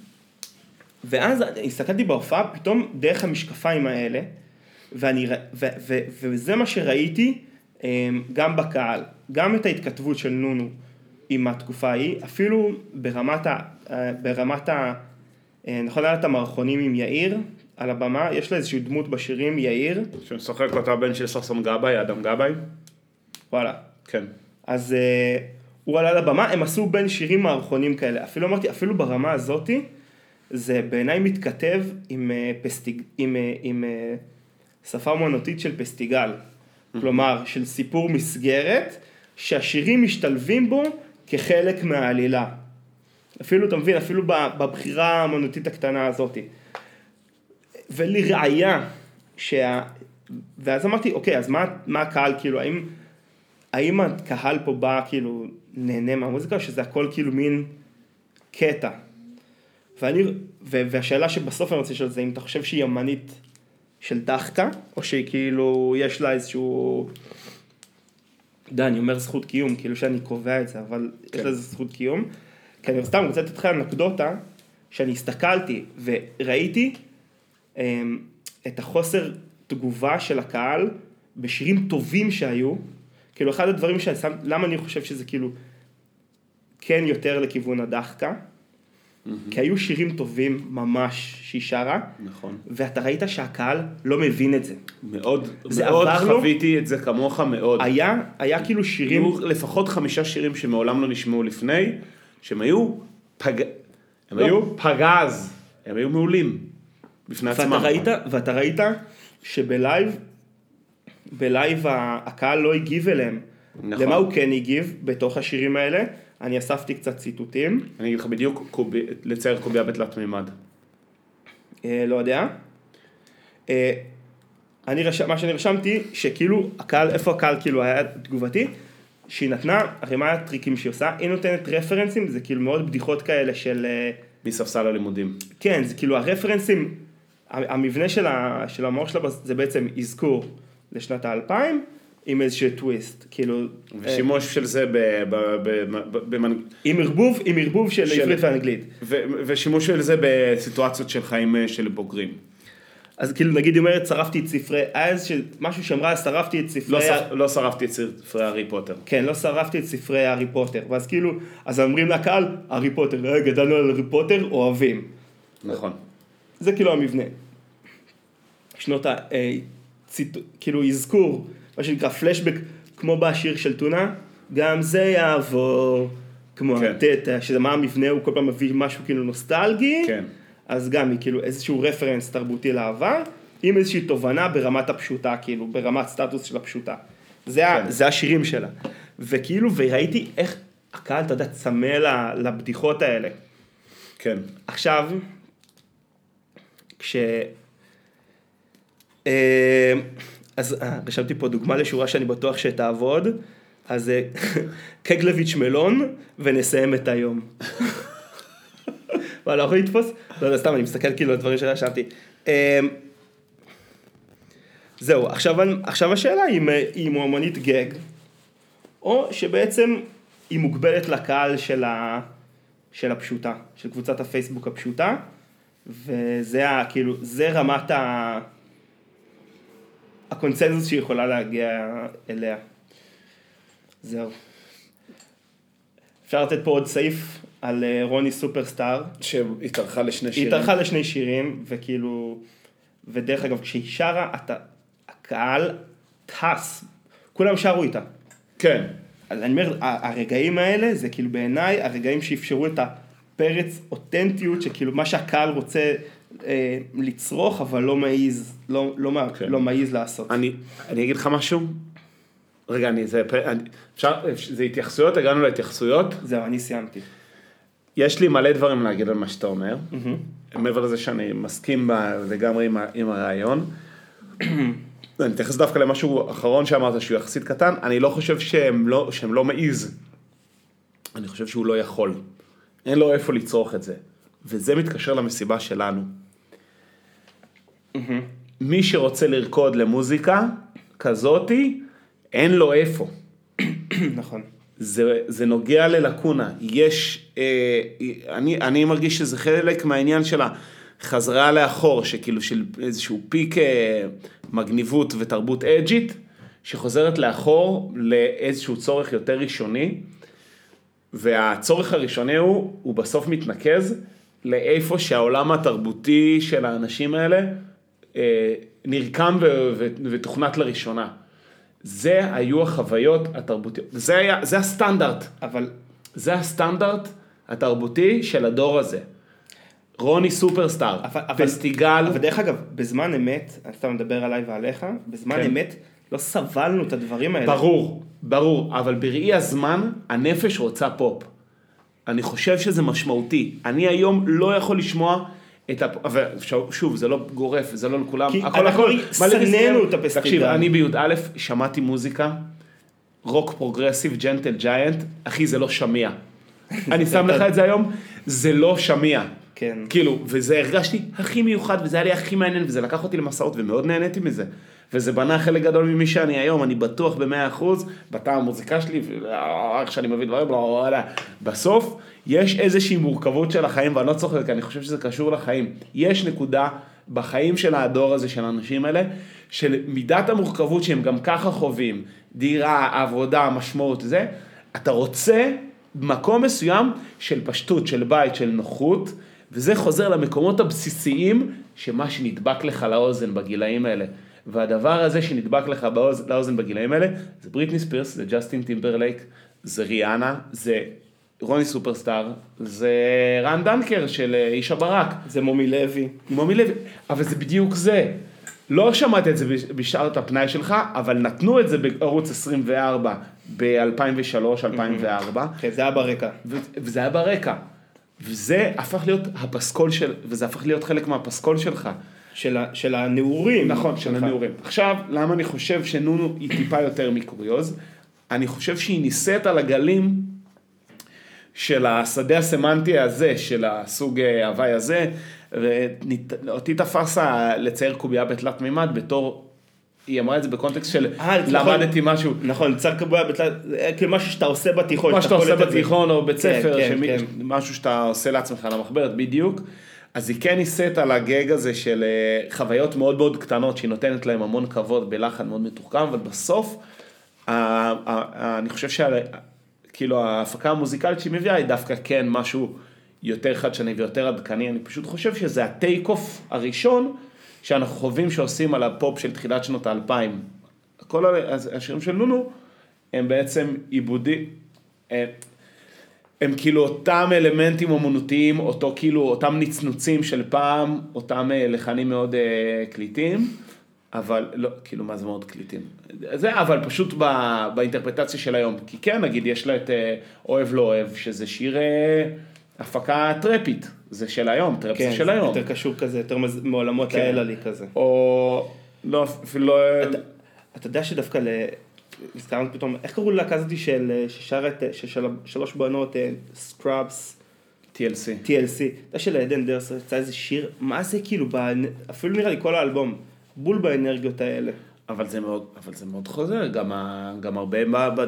ואז הסתכלתי בהופעה פתאום דרך המשקפיים האלה, ואני, ו, ו, ו, וזה מה שראיתי אה, גם בקהל, גם את ההתכתבות של נונו, עם התקופה ההיא, אפילו ברמת ה... ברמת ה... נכון היה את המערכונים עם יאיר על הבמה, יש לה איזושהי דמות בשירים, יאיר. שמשחק אותה בן של ששון גבאי, אדם גבאי. וואלה. כן. אז uh, הוא עלה לבמה, הם עשו בין שירים מערכונים כאלה. אפילו אמרתי, אפילו ברמה הזאת, זה בעיניי מתכתב עם, uh, פסטיג... עם, uh, עם uh, שפה מונוטית של פסטיגל. כלומר, של סיפור מסגרת, שהשירים משתלבים בו, כחלק מהעלילה. אפילו, אתה מבין, אפילו בבחירה המונוטית הקטנה הזאת. ולראיה, שה... ואז אמרתי, אוקיי, אז מה, מה הקהל, כאילו, האם, האם הקהל פה בא, כאילו, נהנה מהמוזיקה, או שזה הכל כאילו מין קטע? ואני, ו... והשאלה שבסוף אני רוצה לשאול זה, אם אתה חושב שהיא ימנית של דחקה, או שהיא כאילו, יש לה איזשהו... יודע, אני אומר זכות קיום, כאילו שאני קובע את זה, אבל כן. יש לזה זכות קיום. כי אני סתם רוצה לתת לך אנקדוטה, שאני הסתכלתי וראיתי אמ, את החוסר תגובה של הקהל, בשירים טובים שהיו, כאילו אחד הדברים שאני שם, למה אני חושב שזה כאילו, כן יותר לכיוון הדחקה, כי היו שירים טובים ממש שהיא שרה, נכון. ואתה ראית שהקהל לא מבין את זה. מאוד, מאוד חוויתי לו, את זה כמוך מאוד. היה, היה כאילו שירים... היו לפחות חמישה שירים שמעולם לא נשמעו לפני, שהם היו, פג... הם לא. היו פגז, הם היו מעולים בפני עצמם. ואתה ראית, ואתה ראית שבלייב, בלייב הקהל לא הגיב אליהם. נכון. למה הוא כן הגיב בתוך השירים האלה? אני אספתי קצת ציטוטים. אני אגיד לך בדיוק, קובי, לצייר קוביה בתלת מימד. אה, לא יודע. אה, אני רש... מה שאני רשמתי, שכאילו, הקהל, איפה הקהל כאילו היה תגובתי? שהיא נתנה, הרי מה הטריקים שהיא עושה? היא נותנת רפרנסים, זה כאילו מאוד בדיחות כאלה של... מספסל הלימודים. כן, זה כאילו הרפרנסים, המבנה של, ה... של המוח שלה זה בעצם אזכור לשנת האלפיים, עם איזשהו טוויסט, כאילו... ושימוש של זה במנג... עם ערבוב, עם ערבוב של עברית ואנגלית. ושימוש של זה בסיטואציות של חיים של בוגרים. אז כאילו נגיד היא אומרת, שרפתי את ספרי, היה איזה משהו שאמרה, שרפתי את ספרי... לא שרפתי את ספרי הארי פוטר. כן, לא שרפתי את ספרי הארי פוטר. ואז כאילו, אז אומרים לקהל, הארי פוטר, גדלנו על הארי פוטר, אוהבים. נכון. זה כאילו המבנה. שנות ה... כאילו אזכור, מה שנקרא פלשבק, כמו בשיר של טונה, גם זה יעבור, כמו הטטה, שזה מה המבנה, הוא כל פעם מביא משהו כאילו נוסטלגי. כן. אז גם היא כאילו איזשהו רפרנס תרבותי לעבר, עם איזושהי תובנה ברמת הפשוטה, כאילו, ברמת סטטוס של הפשוטה. זה, כן. זה השירים שלה. וכאילו, וראיתי איך הקהל, אתה יודע, צמא לבדיחות האלה. כן. עכשיו, כש... אז רשמתי פה דוגמה לשורה שאני בטוח שתעבוד, אז קגלביץ' מלון, ונסיים את היום. אבל לא יכול לתפוס? לא יודע, סתם, אני מסתכל כאילו על דברים שרשמתי. זהו, עכשיו השאלה היא אם הוא אמנית גג, או שבעצם היא מוגבלת לקהל של הפשוטה, של קבוצת הפייסבוק הפשוטה, וזה כאילו, זה רמת הקונצנזוס שהיא יכולה להגיע אליה. זהו. אפשר לתת פה עוד סעיף על רוני סופרסטאר. שהתארחה לשני שירים. התארחה לשני שירים, וכאילו, ודרך אגב, כשהיא שרה, אתה, הקהל טס, כולם שרו איתה. כן. אני אומר, הרגעים האלה, זה כאילו בעיניי, הרגעים שאפשרו את הפרץ אותנטיות, שכאילו מה שהקהל רוצה אה, לצרוך, אבל לא מעיז, לא, לא, כן. לא מעיז לעשות. אני, אני אגיד לך משהו? רגע, אני, זה, אני, אפשר, זה התייחסויות, הגענו להתייחסויות. זהו, אני סיימתי. יש לי מלא דברים להגיד על מה שאתה אומר. Mm-hmm. מעבר לזה שאני מסכים לגמרי עם, עם הרעיון. אני אתייחס דווקא למשהו אחרון שאמרת שהוא יחסית קטן. אני לא חושב שהם לא, שהם לא מעיז. אני חושב שהוא לא יכול. אין לו איפה לצרוך את זה. וזה מתקשר למסיבה שלנו. Mm-hmm. מי שרוצה לרקוד למוזיקה כזאתי, אין לו איפה. נכון. זה, זה נוגע ללקונה. יש, אה, אני, אני מרגיש שזה חלק מהעניין של החזרה לאחור, שכאילו של איזשהו פיק אה, מגניבות ותרבות אג'ית, שחוזרת לאחור לאיזשהו צורך יותר ראשוני, והצורך הראשוני הוא, הוא בסוף מתנקז לאיפה שהעולם התרבותי של האנשים האלה אה, נרקם ו, ו, ותוכנת לראשונה. זה היו החוויות התרבותיות. זה היה, זה הסטנדרט. אבל זה הסטנדרט התרבותי של הדור הזה. רוני סופרסטאר, אבל, פסטיגל. אבל דרך אגב, בזמן אמת, אני סתם מדבר עליי ועליך, בזמן כן. אמת לא סבלנו את הדברים האלה. ברור, ברור, אבל בראי הזמן, הנפש רוצה פופ. אני חושב שזה משמעותי. אני היום לא יכול לשמוע את הפ... אבל שוב, זה לא גורף, זה לא לכולם. כי הכל, אנחנו סננו את הפסטיגל. תקשיב, אני בי"א שמעתי מוזיקה, רוק פרוגרסיב, ג'נטל ג'יינט, אחי, זה לא שמיע. אני שם לך את זה היום, זה לא שמיע. כן. כאילו, וזה הרגשתי הכי מיוחד, וזה היה לי הכי מעניין, וזה לקח אותי למסעות, ומאוד נהניתי מזה. וזה בנה חלק גדול ממי שאני היום, אני בטוח במאה אחוז, בטעם המוזיקה שלי, איך שאני מביא דברים, בסוף, יש איזושהי מורכבות של החיים, ואני לא צוחק, כי אני חושב שזה קשור לחיים. יש נקודה בחיים של הדור הזה, של האנשים האלה, של מידת המורכבות שהם גם ככה חווים, דירה, עבודה, משמעות, זה, אתה רוצה מקום מסוים של פשטות, של בית, של נוחות, וזה חוזר למקומות הבסיסיים, שמה שנדבק לך לאוזן בגילאים האלה. והדבר הזה שנדבק לך באוז, לאוזן בגילאים האלה, זה בריטני ספירס, זה ג'סטין טימברלייק, זה ריאנה, זה רוני סופרסטאר, זה רן דנקר של איש הברק. זה מומי לוי. מומי לוי, אבל זה בדיוק זה. לא שמעת את זה בשעת הפנאי שלך, אבל נתנו את זה בערוץ עשרים וארבע ב-אלפיים ושלוש אלפיים וארבע. כן, זה היה ברקע. וזה היה ברקע. וזה הפך להיות הפסקול של, וזה הפך להיות חלק מהפסקול שלך. של, של הנעורים. נכון, של הנעורים. עכשיו, למה אני חושב שנונו היא טיפה יותר מקוריוז? אני חושב שהיא ניסית על הגלים של השדה הסמנטי הזה, של הסוג הוואי הזה, ואותי תפס לצייר קובייה בתלת מימד בתור, היא אמרה את זה בקונטקסט של למדתי משהו. נכון, לצייר קובייה בתלת, כמשהו שאתה עושה בתיכון. מה שאתה עושה בתיכון או בית ספר, משהו שאתה עושה לעצמך למחברת, בדיוק. אז היא כן ניסית על הגג הזה של חוויות מאוד מאוד קטנות, שהיא נותנת להם המון כבוד בלחן מאוד מתוחכם, אבל בסוף, אני חושב שכאילו ההפקה המוזיקלית שהיא מביאה, היא דווקא כן משהו יותר חדשני ויותר עדכני, אני פשוט חושב שזה הטייק אוף הראשון, שאנחנו חווים שעושים על הפופ של תחילת שנות האלפיים. כל השירים של נונו, הם בעצם עיבודי, הם, הם כאילו אותם אלמנטים אומנותיים, אותו כאילו, אותם נצנוצים של פעם, אותם לחנים מאוד uh, קליטים, אבל לא, כאילו מה זה מאוד קליטים. זה אבל פשוט ב, באינטרפרטציה של היום, כי כן נגיד יש לה את uh, אוהב לא אוהב, שזה שיר uh, הפקה טרפית, זה של היום, טרפ כן, זה של היום. יותר קשור כזה, יותר מעולמות כן. לאלה לי כזה. או לא, אפילו לא... אתה, אתה יודע שדווקא ל... נזכרנו פתאום, איך קראו להקה הזאתי של ששרת, של שלוש בנות, סקראבס? טי אל סי. טי אל סי. אתה יודע שלעדן דרסר יצא איזה שיר, מה זה כאילו, אפילו נראה לי כל האלבום, בול באנרגיות האלה. אבל זה מאוד, אבל זה מאוד חוזר, גם, ה, גם הרבה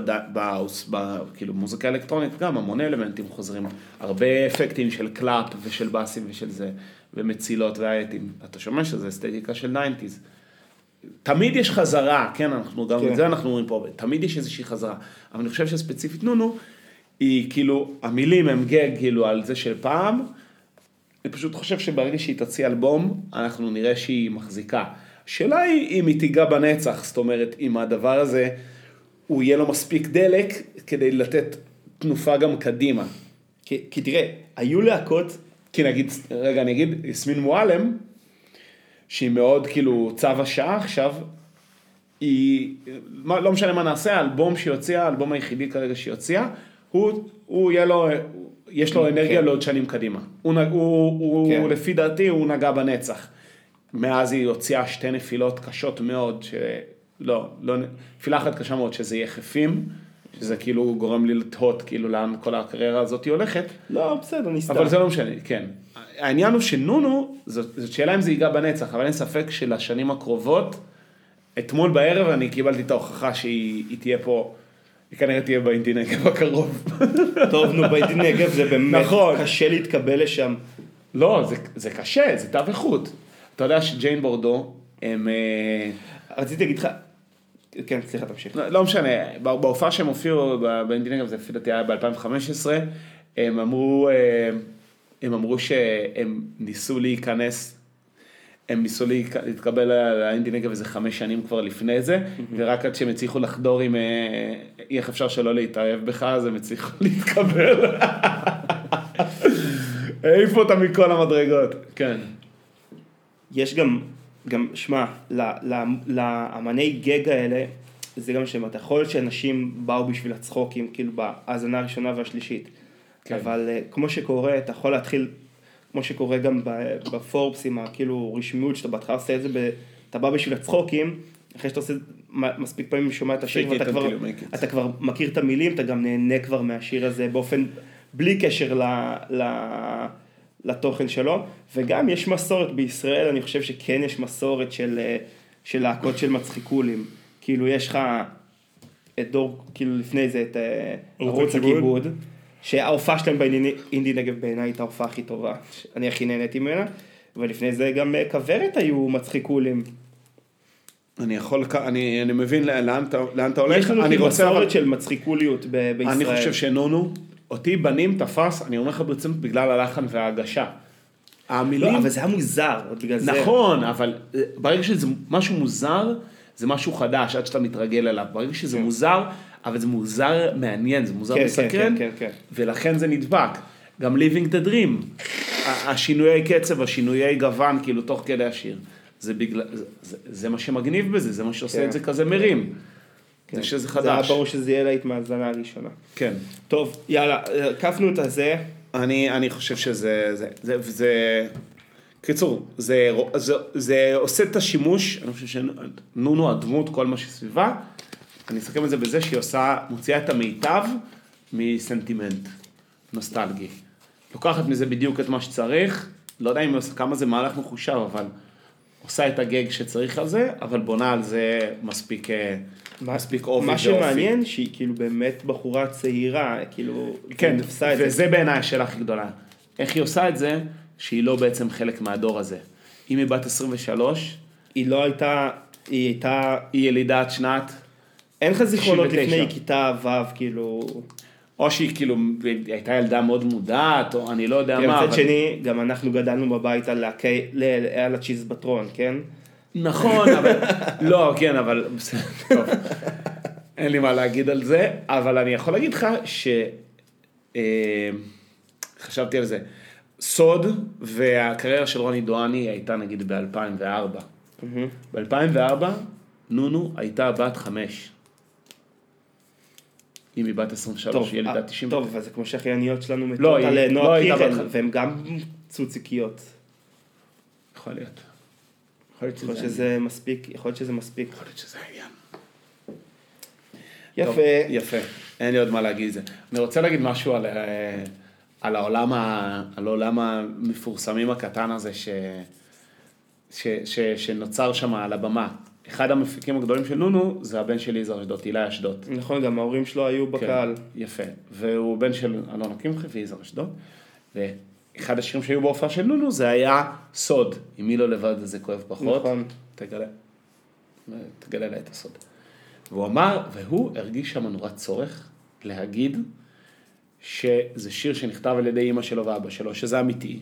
באוס, כאילו מוזיקה אלקטרונית, גם המון אלמנטים חוזרים, הרבה אפקטים של קלאפ ושל בסים ושל זה, ומצילות והאייטים. אתה שומע שזה אסתטיקה של ניינטיז. תמיד יש חזרה, כן, אנחנו גם את זה אנחנו אומרים פה, תמיד יש איזושהי חזרה, אבל אני חושב שספציפית נונו, היא כאילו, המילים הם גג כאילו על זה של פעם, אני פשוט חושב שברגע שהיא תציע אלבום, אנחנו נראה שהיא מחזיקה. השאלה היא אם היא תיגע בנצח, זאת אומרת, אם הדבר הזה, הוא יהיה לו מספיק דלק, כדי לתת תנופה גם קדימה. כי, כי תראה, היו להקות... כי נגיד, רגע, אני אגיד, יסמין מועלם, שהיא מאוד כאילו צו השעה עכשיו, היא, לא משנה מה נעשה, האלבום שהיא הוציאה, האלבום היחידי כרגע שהיא הוציאה, הוא, הוא יהיה לו, יש לו אנרגיה לעוד שנים קדימה. הוא, הוא, הוא, לפי דעתי, הוא נגע בנצח. מאז היא הוציאה שתי נפילות קשות מאוד, שלא, לא, נפילה אחת קשה מאוד, שזה יחפים, שזה כאילו גורם לי לתהות, כאילו לאן כל הקריירה הזאת היא הולכת. לא, בסדר, נסתם. אבל זה לא משנה, כן. העניין הוא שנונו, זאת, זאת שאלה אם זה ייגע בנצח, אבל אין ספק שלשנים הקרובות, אתמול בערב אני קיבלתי את ההוכחה שהיא תהיה פה, היא כנראה תהיה באינדי נגב הקרוב. טוב, נו, באינדי נגב זה באמת נכון. קשה להתקבל לשם. לא, זה, זה קשה, זה תו איכות. אתה יודע שג'יין בורדו, הם... רציתי להגיד לך, כן, סליחה, תמשיך. לא, לא משנה, בהופעה שהם הופיעו באינדי נגב, זה לפי דעתי היה ב-אלפיים וחמש עשרה, הם אמרו... הם אמרו שהם ניסו להיכנס, הם ניסו להתקבל לאינדי נגב איזה חמש שנים כבר לפני זה, ורק עד שהם הצליחו לחדור עם איך אפשר שלא להתערב בך, אז הם הצליחו להתקבל. העיפו אותם מכל המדרגות. כן. יש גם, גם, שמע, לאמני גג האלה, זה גם שם, אתה יכול שאנשים באו בשביל הצחוקים, כאילו בהאזנה הראשונה והשלישית. אבל כמו שקורה, אתה יכול להתחיל, כמו שקורה גם בפורבס עם הכאילו רשמיות, שאתה בהתחלה עושה את זה, אתה בא בשביל הצחוקים, אחרי שאתה עושה מספיק פעמים שומע את השיר, ואתה כבר מכיר את המילים, אתה גם נהנה כבר מהשיר הזה באופן, בלי קשר לתוכן שלו, וגם יש מסורת בישראל, אני חושב שכן יש מסורת של להקות של מצחיקולים, כאילו יש לך את דור, כאילו לפני זה את ערוץ הכיבוד, שההופעה שלהם באינדי נגב בעיניי הייתה ההופעה הכי טובה, אני הכי נהניתי ממנה, ולפני זה גם כוורת היו מצחיקולים. אני יכול, אני, אני מבין לאן אתה, לאן אתה הולך. יש לנו מסורת של מצחיקוליות בישראל. אני חושב שנונו אותי בנים תפס, אני אומר לך ברצינות, בגלל הלחן וההגשה. המילים... לא, אבל זה היה מוזר, עוד בגלל זה. נכון, אבל ברגע שזה משהו מוזר, זה משהו חדש, עד שאתה מתרגל אליו. ברגע שזה מוזר, אבל זה מוזר מעניין, זה מוזר מסקרן, ולכן זה נדבק. גם Living the Dream, השינויי קצב, השינויי גוון, כאילו תוך כדי השיר. זה בגלל, זה, זה מה שמגניב בזה, זה מה שעושה את זה כזה מרים. זה שזה חדש. זה היה ברור שזה יהיה להיט מההאזנה הראשונה. כן. טוב, יאללה, קפנו את הזה. אני, אני חושב שזה, זה, זה, זה, קיצור, זה, זה, זה עושה את השימוש, אני חושב שנונו הדמות, כל מה שסביבה, אני אסכם את זה בזה שהיא עושה, מוציאה את המיטב מסנטימנט, נוסטלגי. לוקחת מזה בדיוק את מה שצריך, לא יודע אם עושה כמה זה מהלך מחושב, אבל עושה את הגג שצריך על זה, אבל בונה על זה מספיק, מספיק אופי ואופי. מה שמעניין שהיא כאילו באמת בחורה צעירה, כאילו, כן, וזה בעיניי השאלה הכי גדולה. איך היא עושה את זה, שהיא לא בעצם חלק מהדור הזה. אם היא בת עשרים ושלוש, היא לא הייתה, היא הייתה... היא ילידת שנת... אין לך זיכרונות לפני כיתה ו' כאילו... או שהיא כאילו, היא הייתה ילדה מאוד מודעת, או אני לא יודע מה. מצד שני, גם אנחנו גדלנו בבית על הצ'יז בטרון, כן? נכון, אבל... לא, כן, אבל... טוב. אין לי מה להגיד על זה, אבל אני יכול להגיד לך ש... חשבתי על זה. סוד והקריירה של רוני דואני הייתה נגיד ב-אלפיים וארבע. ב-אלפיים וארבע נונו הייתה בת חמש. אם היא בת עשרים ושלוש, היא ילדה תשעים. טוב, אבל זה כמו שהחייניות שלנו מתות על נועה קירל, והן גם צוציקיות. יכול להיות. יכול להיות שזה מספיק, יכול להיות שזה מספיק. יכול להיות שזה העניין. יפה. יפה, אין לי עוד מה להגיד זה. אני רוצה להגיד משהו על... על העולם, על העולם המפורסמים הקטן הזה ש, ש, ש, שנוצר שם על הבמה. אחד המפיקים הגדולים של נונו זה הבן של יזהר אשדות, אילי אשדות. נכון, גם ההורים שלו היו בקהל. כן, יפה. והוא בן של אלונה קמחי ויזהר אשדות. ואחד השירים שהיו בהופעה של נונו זה היה סוד. עם מי לא לבד זה כואב פחות. נכון. תגלה. תגלה לה את הסוד. והוא אמר, והוא הרגיש שם נורא צורך להגיד שזה שיר שנכתב על ידי אמא שלו ואבא שלו, שזה אמיתי.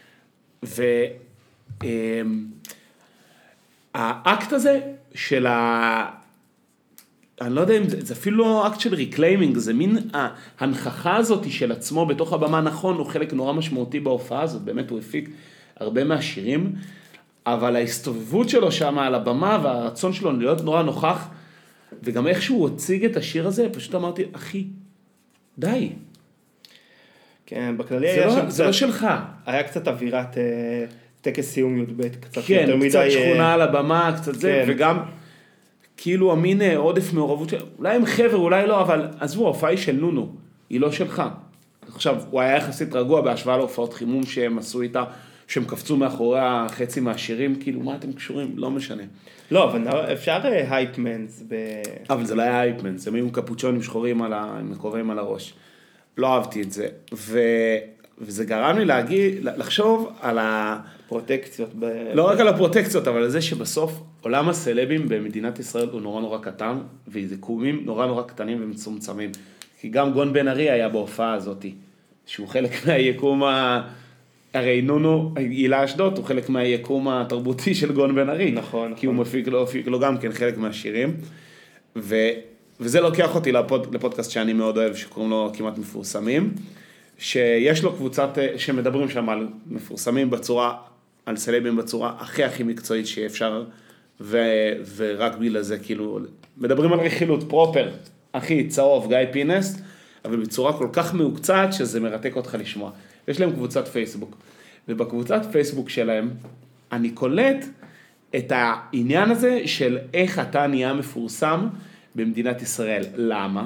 והאקט הזה של ה... אני לא יודע אם זה, זה אפילו לא אקט של ריקליימינג, זה מין ההנכחה הזאת של עצמו בתוך הבמה, נכון, הוא חלק נורא משמעותי בהופעה הזאת, באמת הוא הפיק הרבה מהשירים, אבל ההסתובבות שלו שם על הבמה והרצון שלו להיות נורא נוכח, וגם איך שהוא הציג את השיר הזה, פשוט אמרתי, אחי, די. כן, בכללי היה שם... זה לא שלך. היה קצת אווירת טקס סיום י"ב, קצת יותר מדי... כן, קצת שכונה על הבמה, קצת זה, וגם כאילו המין עודף מעורבות של... אולי הם חבר, אולי לא, אבל עזבו, ההופעה היא של נונו, היא לא שלך. עכשיו, הוא היה יחסית רגוע בהשוואה להופעות חימום שהם עשו איתה, שהם קפצו מאחורי החצי מהשירים, כאילו, מה אתם קשורים? לא משנה. לא, אבל אפשר הייפמנס ב... אבל זה לא היה הייפמנס, הם היו קפוצ'ונים שחורים על ה... מקורבים על הראש. לא אהבתי את זה, ו... וזה גרם לי להגיד, לחשוב על הפרוטקציות. ב... לא רק על הפרוטקציות, אבל על זה שבסוף עולם הסלבים במדינת ישראל הוא נורא נורא קטן, וזה קומים נורא נורא קטנים ומצומצמים. כי גם גון בן ארי היה בהופעה הזאת, שהוא חלק מהיקום ה... הרי נונו, אילי אשדות, הוא חלק מהיקום התרבותי של גון בן ארי. נכון, כי הוא מפיק לו, מפיק לו גם כן חלק מהשירים. ו... וזה לוקח אותי לפוד, לפודקאסט שאני מאוד אוהב, שקוראים לו כמעט מפורסמים, שיש לו קבוצת, שמדברים שם על מפורסמים בצורה, על סלבים בצורה הכי הכי מקצועית שאפשר, ו, ורק בגלל זה כאילו, מדברים על רכילות פרופר, הכי צהוב, גיא פינס, אבל בצורה כל כך מעוקצת, שזה מרתק אותך לשמוע. יש להם קבוצת פייסבוק, ובקבוצת פייסבוק שלהם, אני קולט את העניין הזה של איך אתה נהיה מפורסם, במדינת ישראל. למה?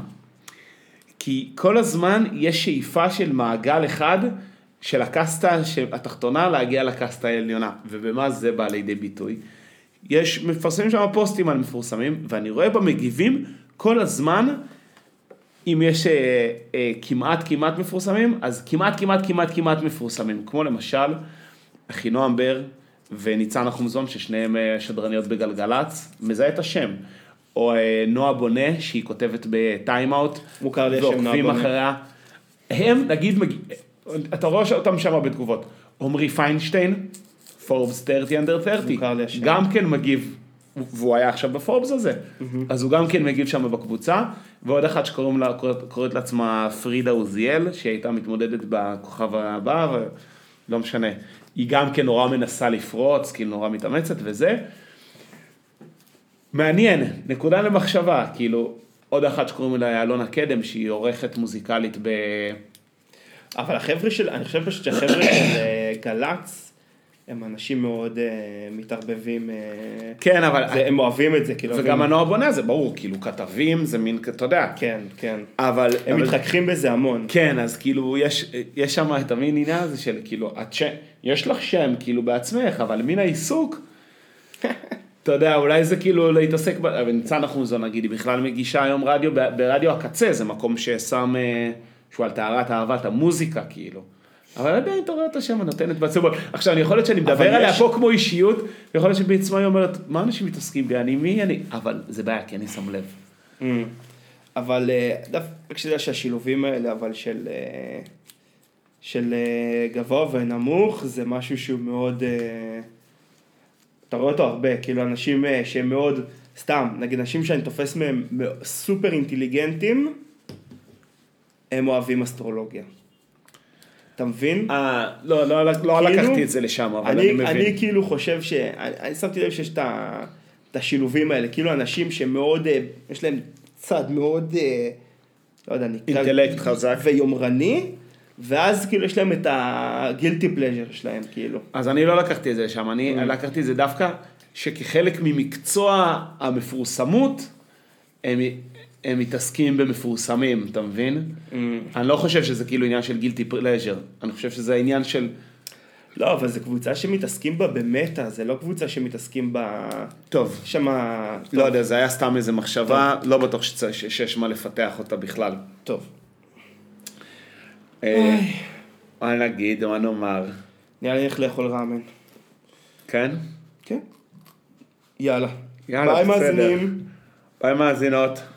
כי כל הזמן יש שאיפה של מעגל אחד של הקסטה התחתונה להגיע לקסטה העליונה. ובמה זה בא לידי ביטוי? יש מפרסמים שם פוסטים על מפורסמים, ואני רואה במגיבים כל הזמן, אם יש אה, אה, כמעט כמעט מפורסמים, אז כמעט כמעט כמעט כמעט מפורסמים. כמו למשל, אחינועם בר וניצן אחומזון, ששניהם שדרניות בגלגלץ, מזהה את השם. או נועה בונה, שהיא כותבת בטיים-אאוט, מוכר לי השם נועה בונה. אחריה, הם, נגיד, מג... אתה רואה אותם שם בתגובות, עומרי פיינשטיין, פורבס שלושים under שלושים, גם כן מגיב, והוא היה עכשיו בפורבס הזה, אז הוא גם כן מגיב שם בקבוצה, ועוד אחת שקוראים לה, קוראת לעצמה פרידה עוזיאל, שהיא הייתה מתמודדת בכוכב הבא, ולא משנה, היא גם כן נורא מנסה לפרוץ, כאילו נורא מתאמצת וזה, מעניין, נקודה למחשבה, כאילו, עוד אחת שקוראים לה אלונה קדם, שהיא עורכת מוזיקלית ב... אבל החבר'ה של, אני חושב פשוט שהחבר'ה של גלץ, הם אנשים מאוד uh, מתערבבים, uh, כן, אבל... זה, הם אוהבים את זה, כאילו... וגם הנוער בונה, זה ברור, כאילו, כתבים, זה מין, אתה יודע. כן, כן. אבל... הם אבל... מתחככים בזה המון. כן, אז כאילו, יש, יש שם את המין עניין הזה של, כאילו, את ש... יש לך שם, כאילו, בעצמך, אבל מין העיסוק, אתה יודע, אולי זה כאילו להתעסק, ניצן אחוזון, נגיד, היא בכלל מגישה היום רדיו, ברדיו הקצה, זה מקום ששם, שהוא על טהרת אהבת המוזיקה, כאילו. אבל עדיין אתה רואה את השם הנותנת בעצמו. עכשיו, אני יכול להיות שאני מדבר עליה פה כמו אישיות, ויכול להיות שבעצמה היא אומרת, מה אנשים מתעסקים בי, אני מי אני? אבל זה בעיה, כי אני שם לב. אבל דווקא כשזה שהשילובים האלה, אבל של, של גבוה ונמוך, זה משהו שהוא מאוד, אתה רואה אותו הרבה, כאילו אנשים שהם מאוד, סתם, נגיד אנשים שאני תופס מהם סופר אינטליגנטים, הם אוהבים אסטרולוגיה. אתה מבין? אה, לא, לא, לא לקחתי את זה לשם, אבל אני מבין. אני כאילו חושב ש... אני שמתי לב שיש את השילובים האלה, כאילו אנשים שמאוד, יש להם צד מאוד, לא יודע, נקרא... אינטלקט חזק. ויומרני, ואז כאילו יש להם את הגילטי פלז'ר שלהם, כאילו. אז אני לא לקחתי את זה לשם, אני לקחתי את זה דווקא, שכחלק ממקצוע המפורסמות, הם... הם מתעסקים במפורסמים, אתה מבין? Mm. אני לא חושב שזה כאילו עניין של גילטי פלז'ר, אני חושב שזה העניין של... לא, אבל זו קבוצה שמתעסקים בה במטה, זה לא קבוצה שמתעסקים בה... טוב. שמה... לא יודע, זה היה סתם איזו מחשבה, טוב. לא בטוח שיש מה לפתח אותה בכלל. טוב. אה, מה נגיד, מה נאמר? נראה לי איך לאכול ראמן. כן? כן. יאללה. יאללה, ביי בסדר. מאזינים. ביי מאזינות.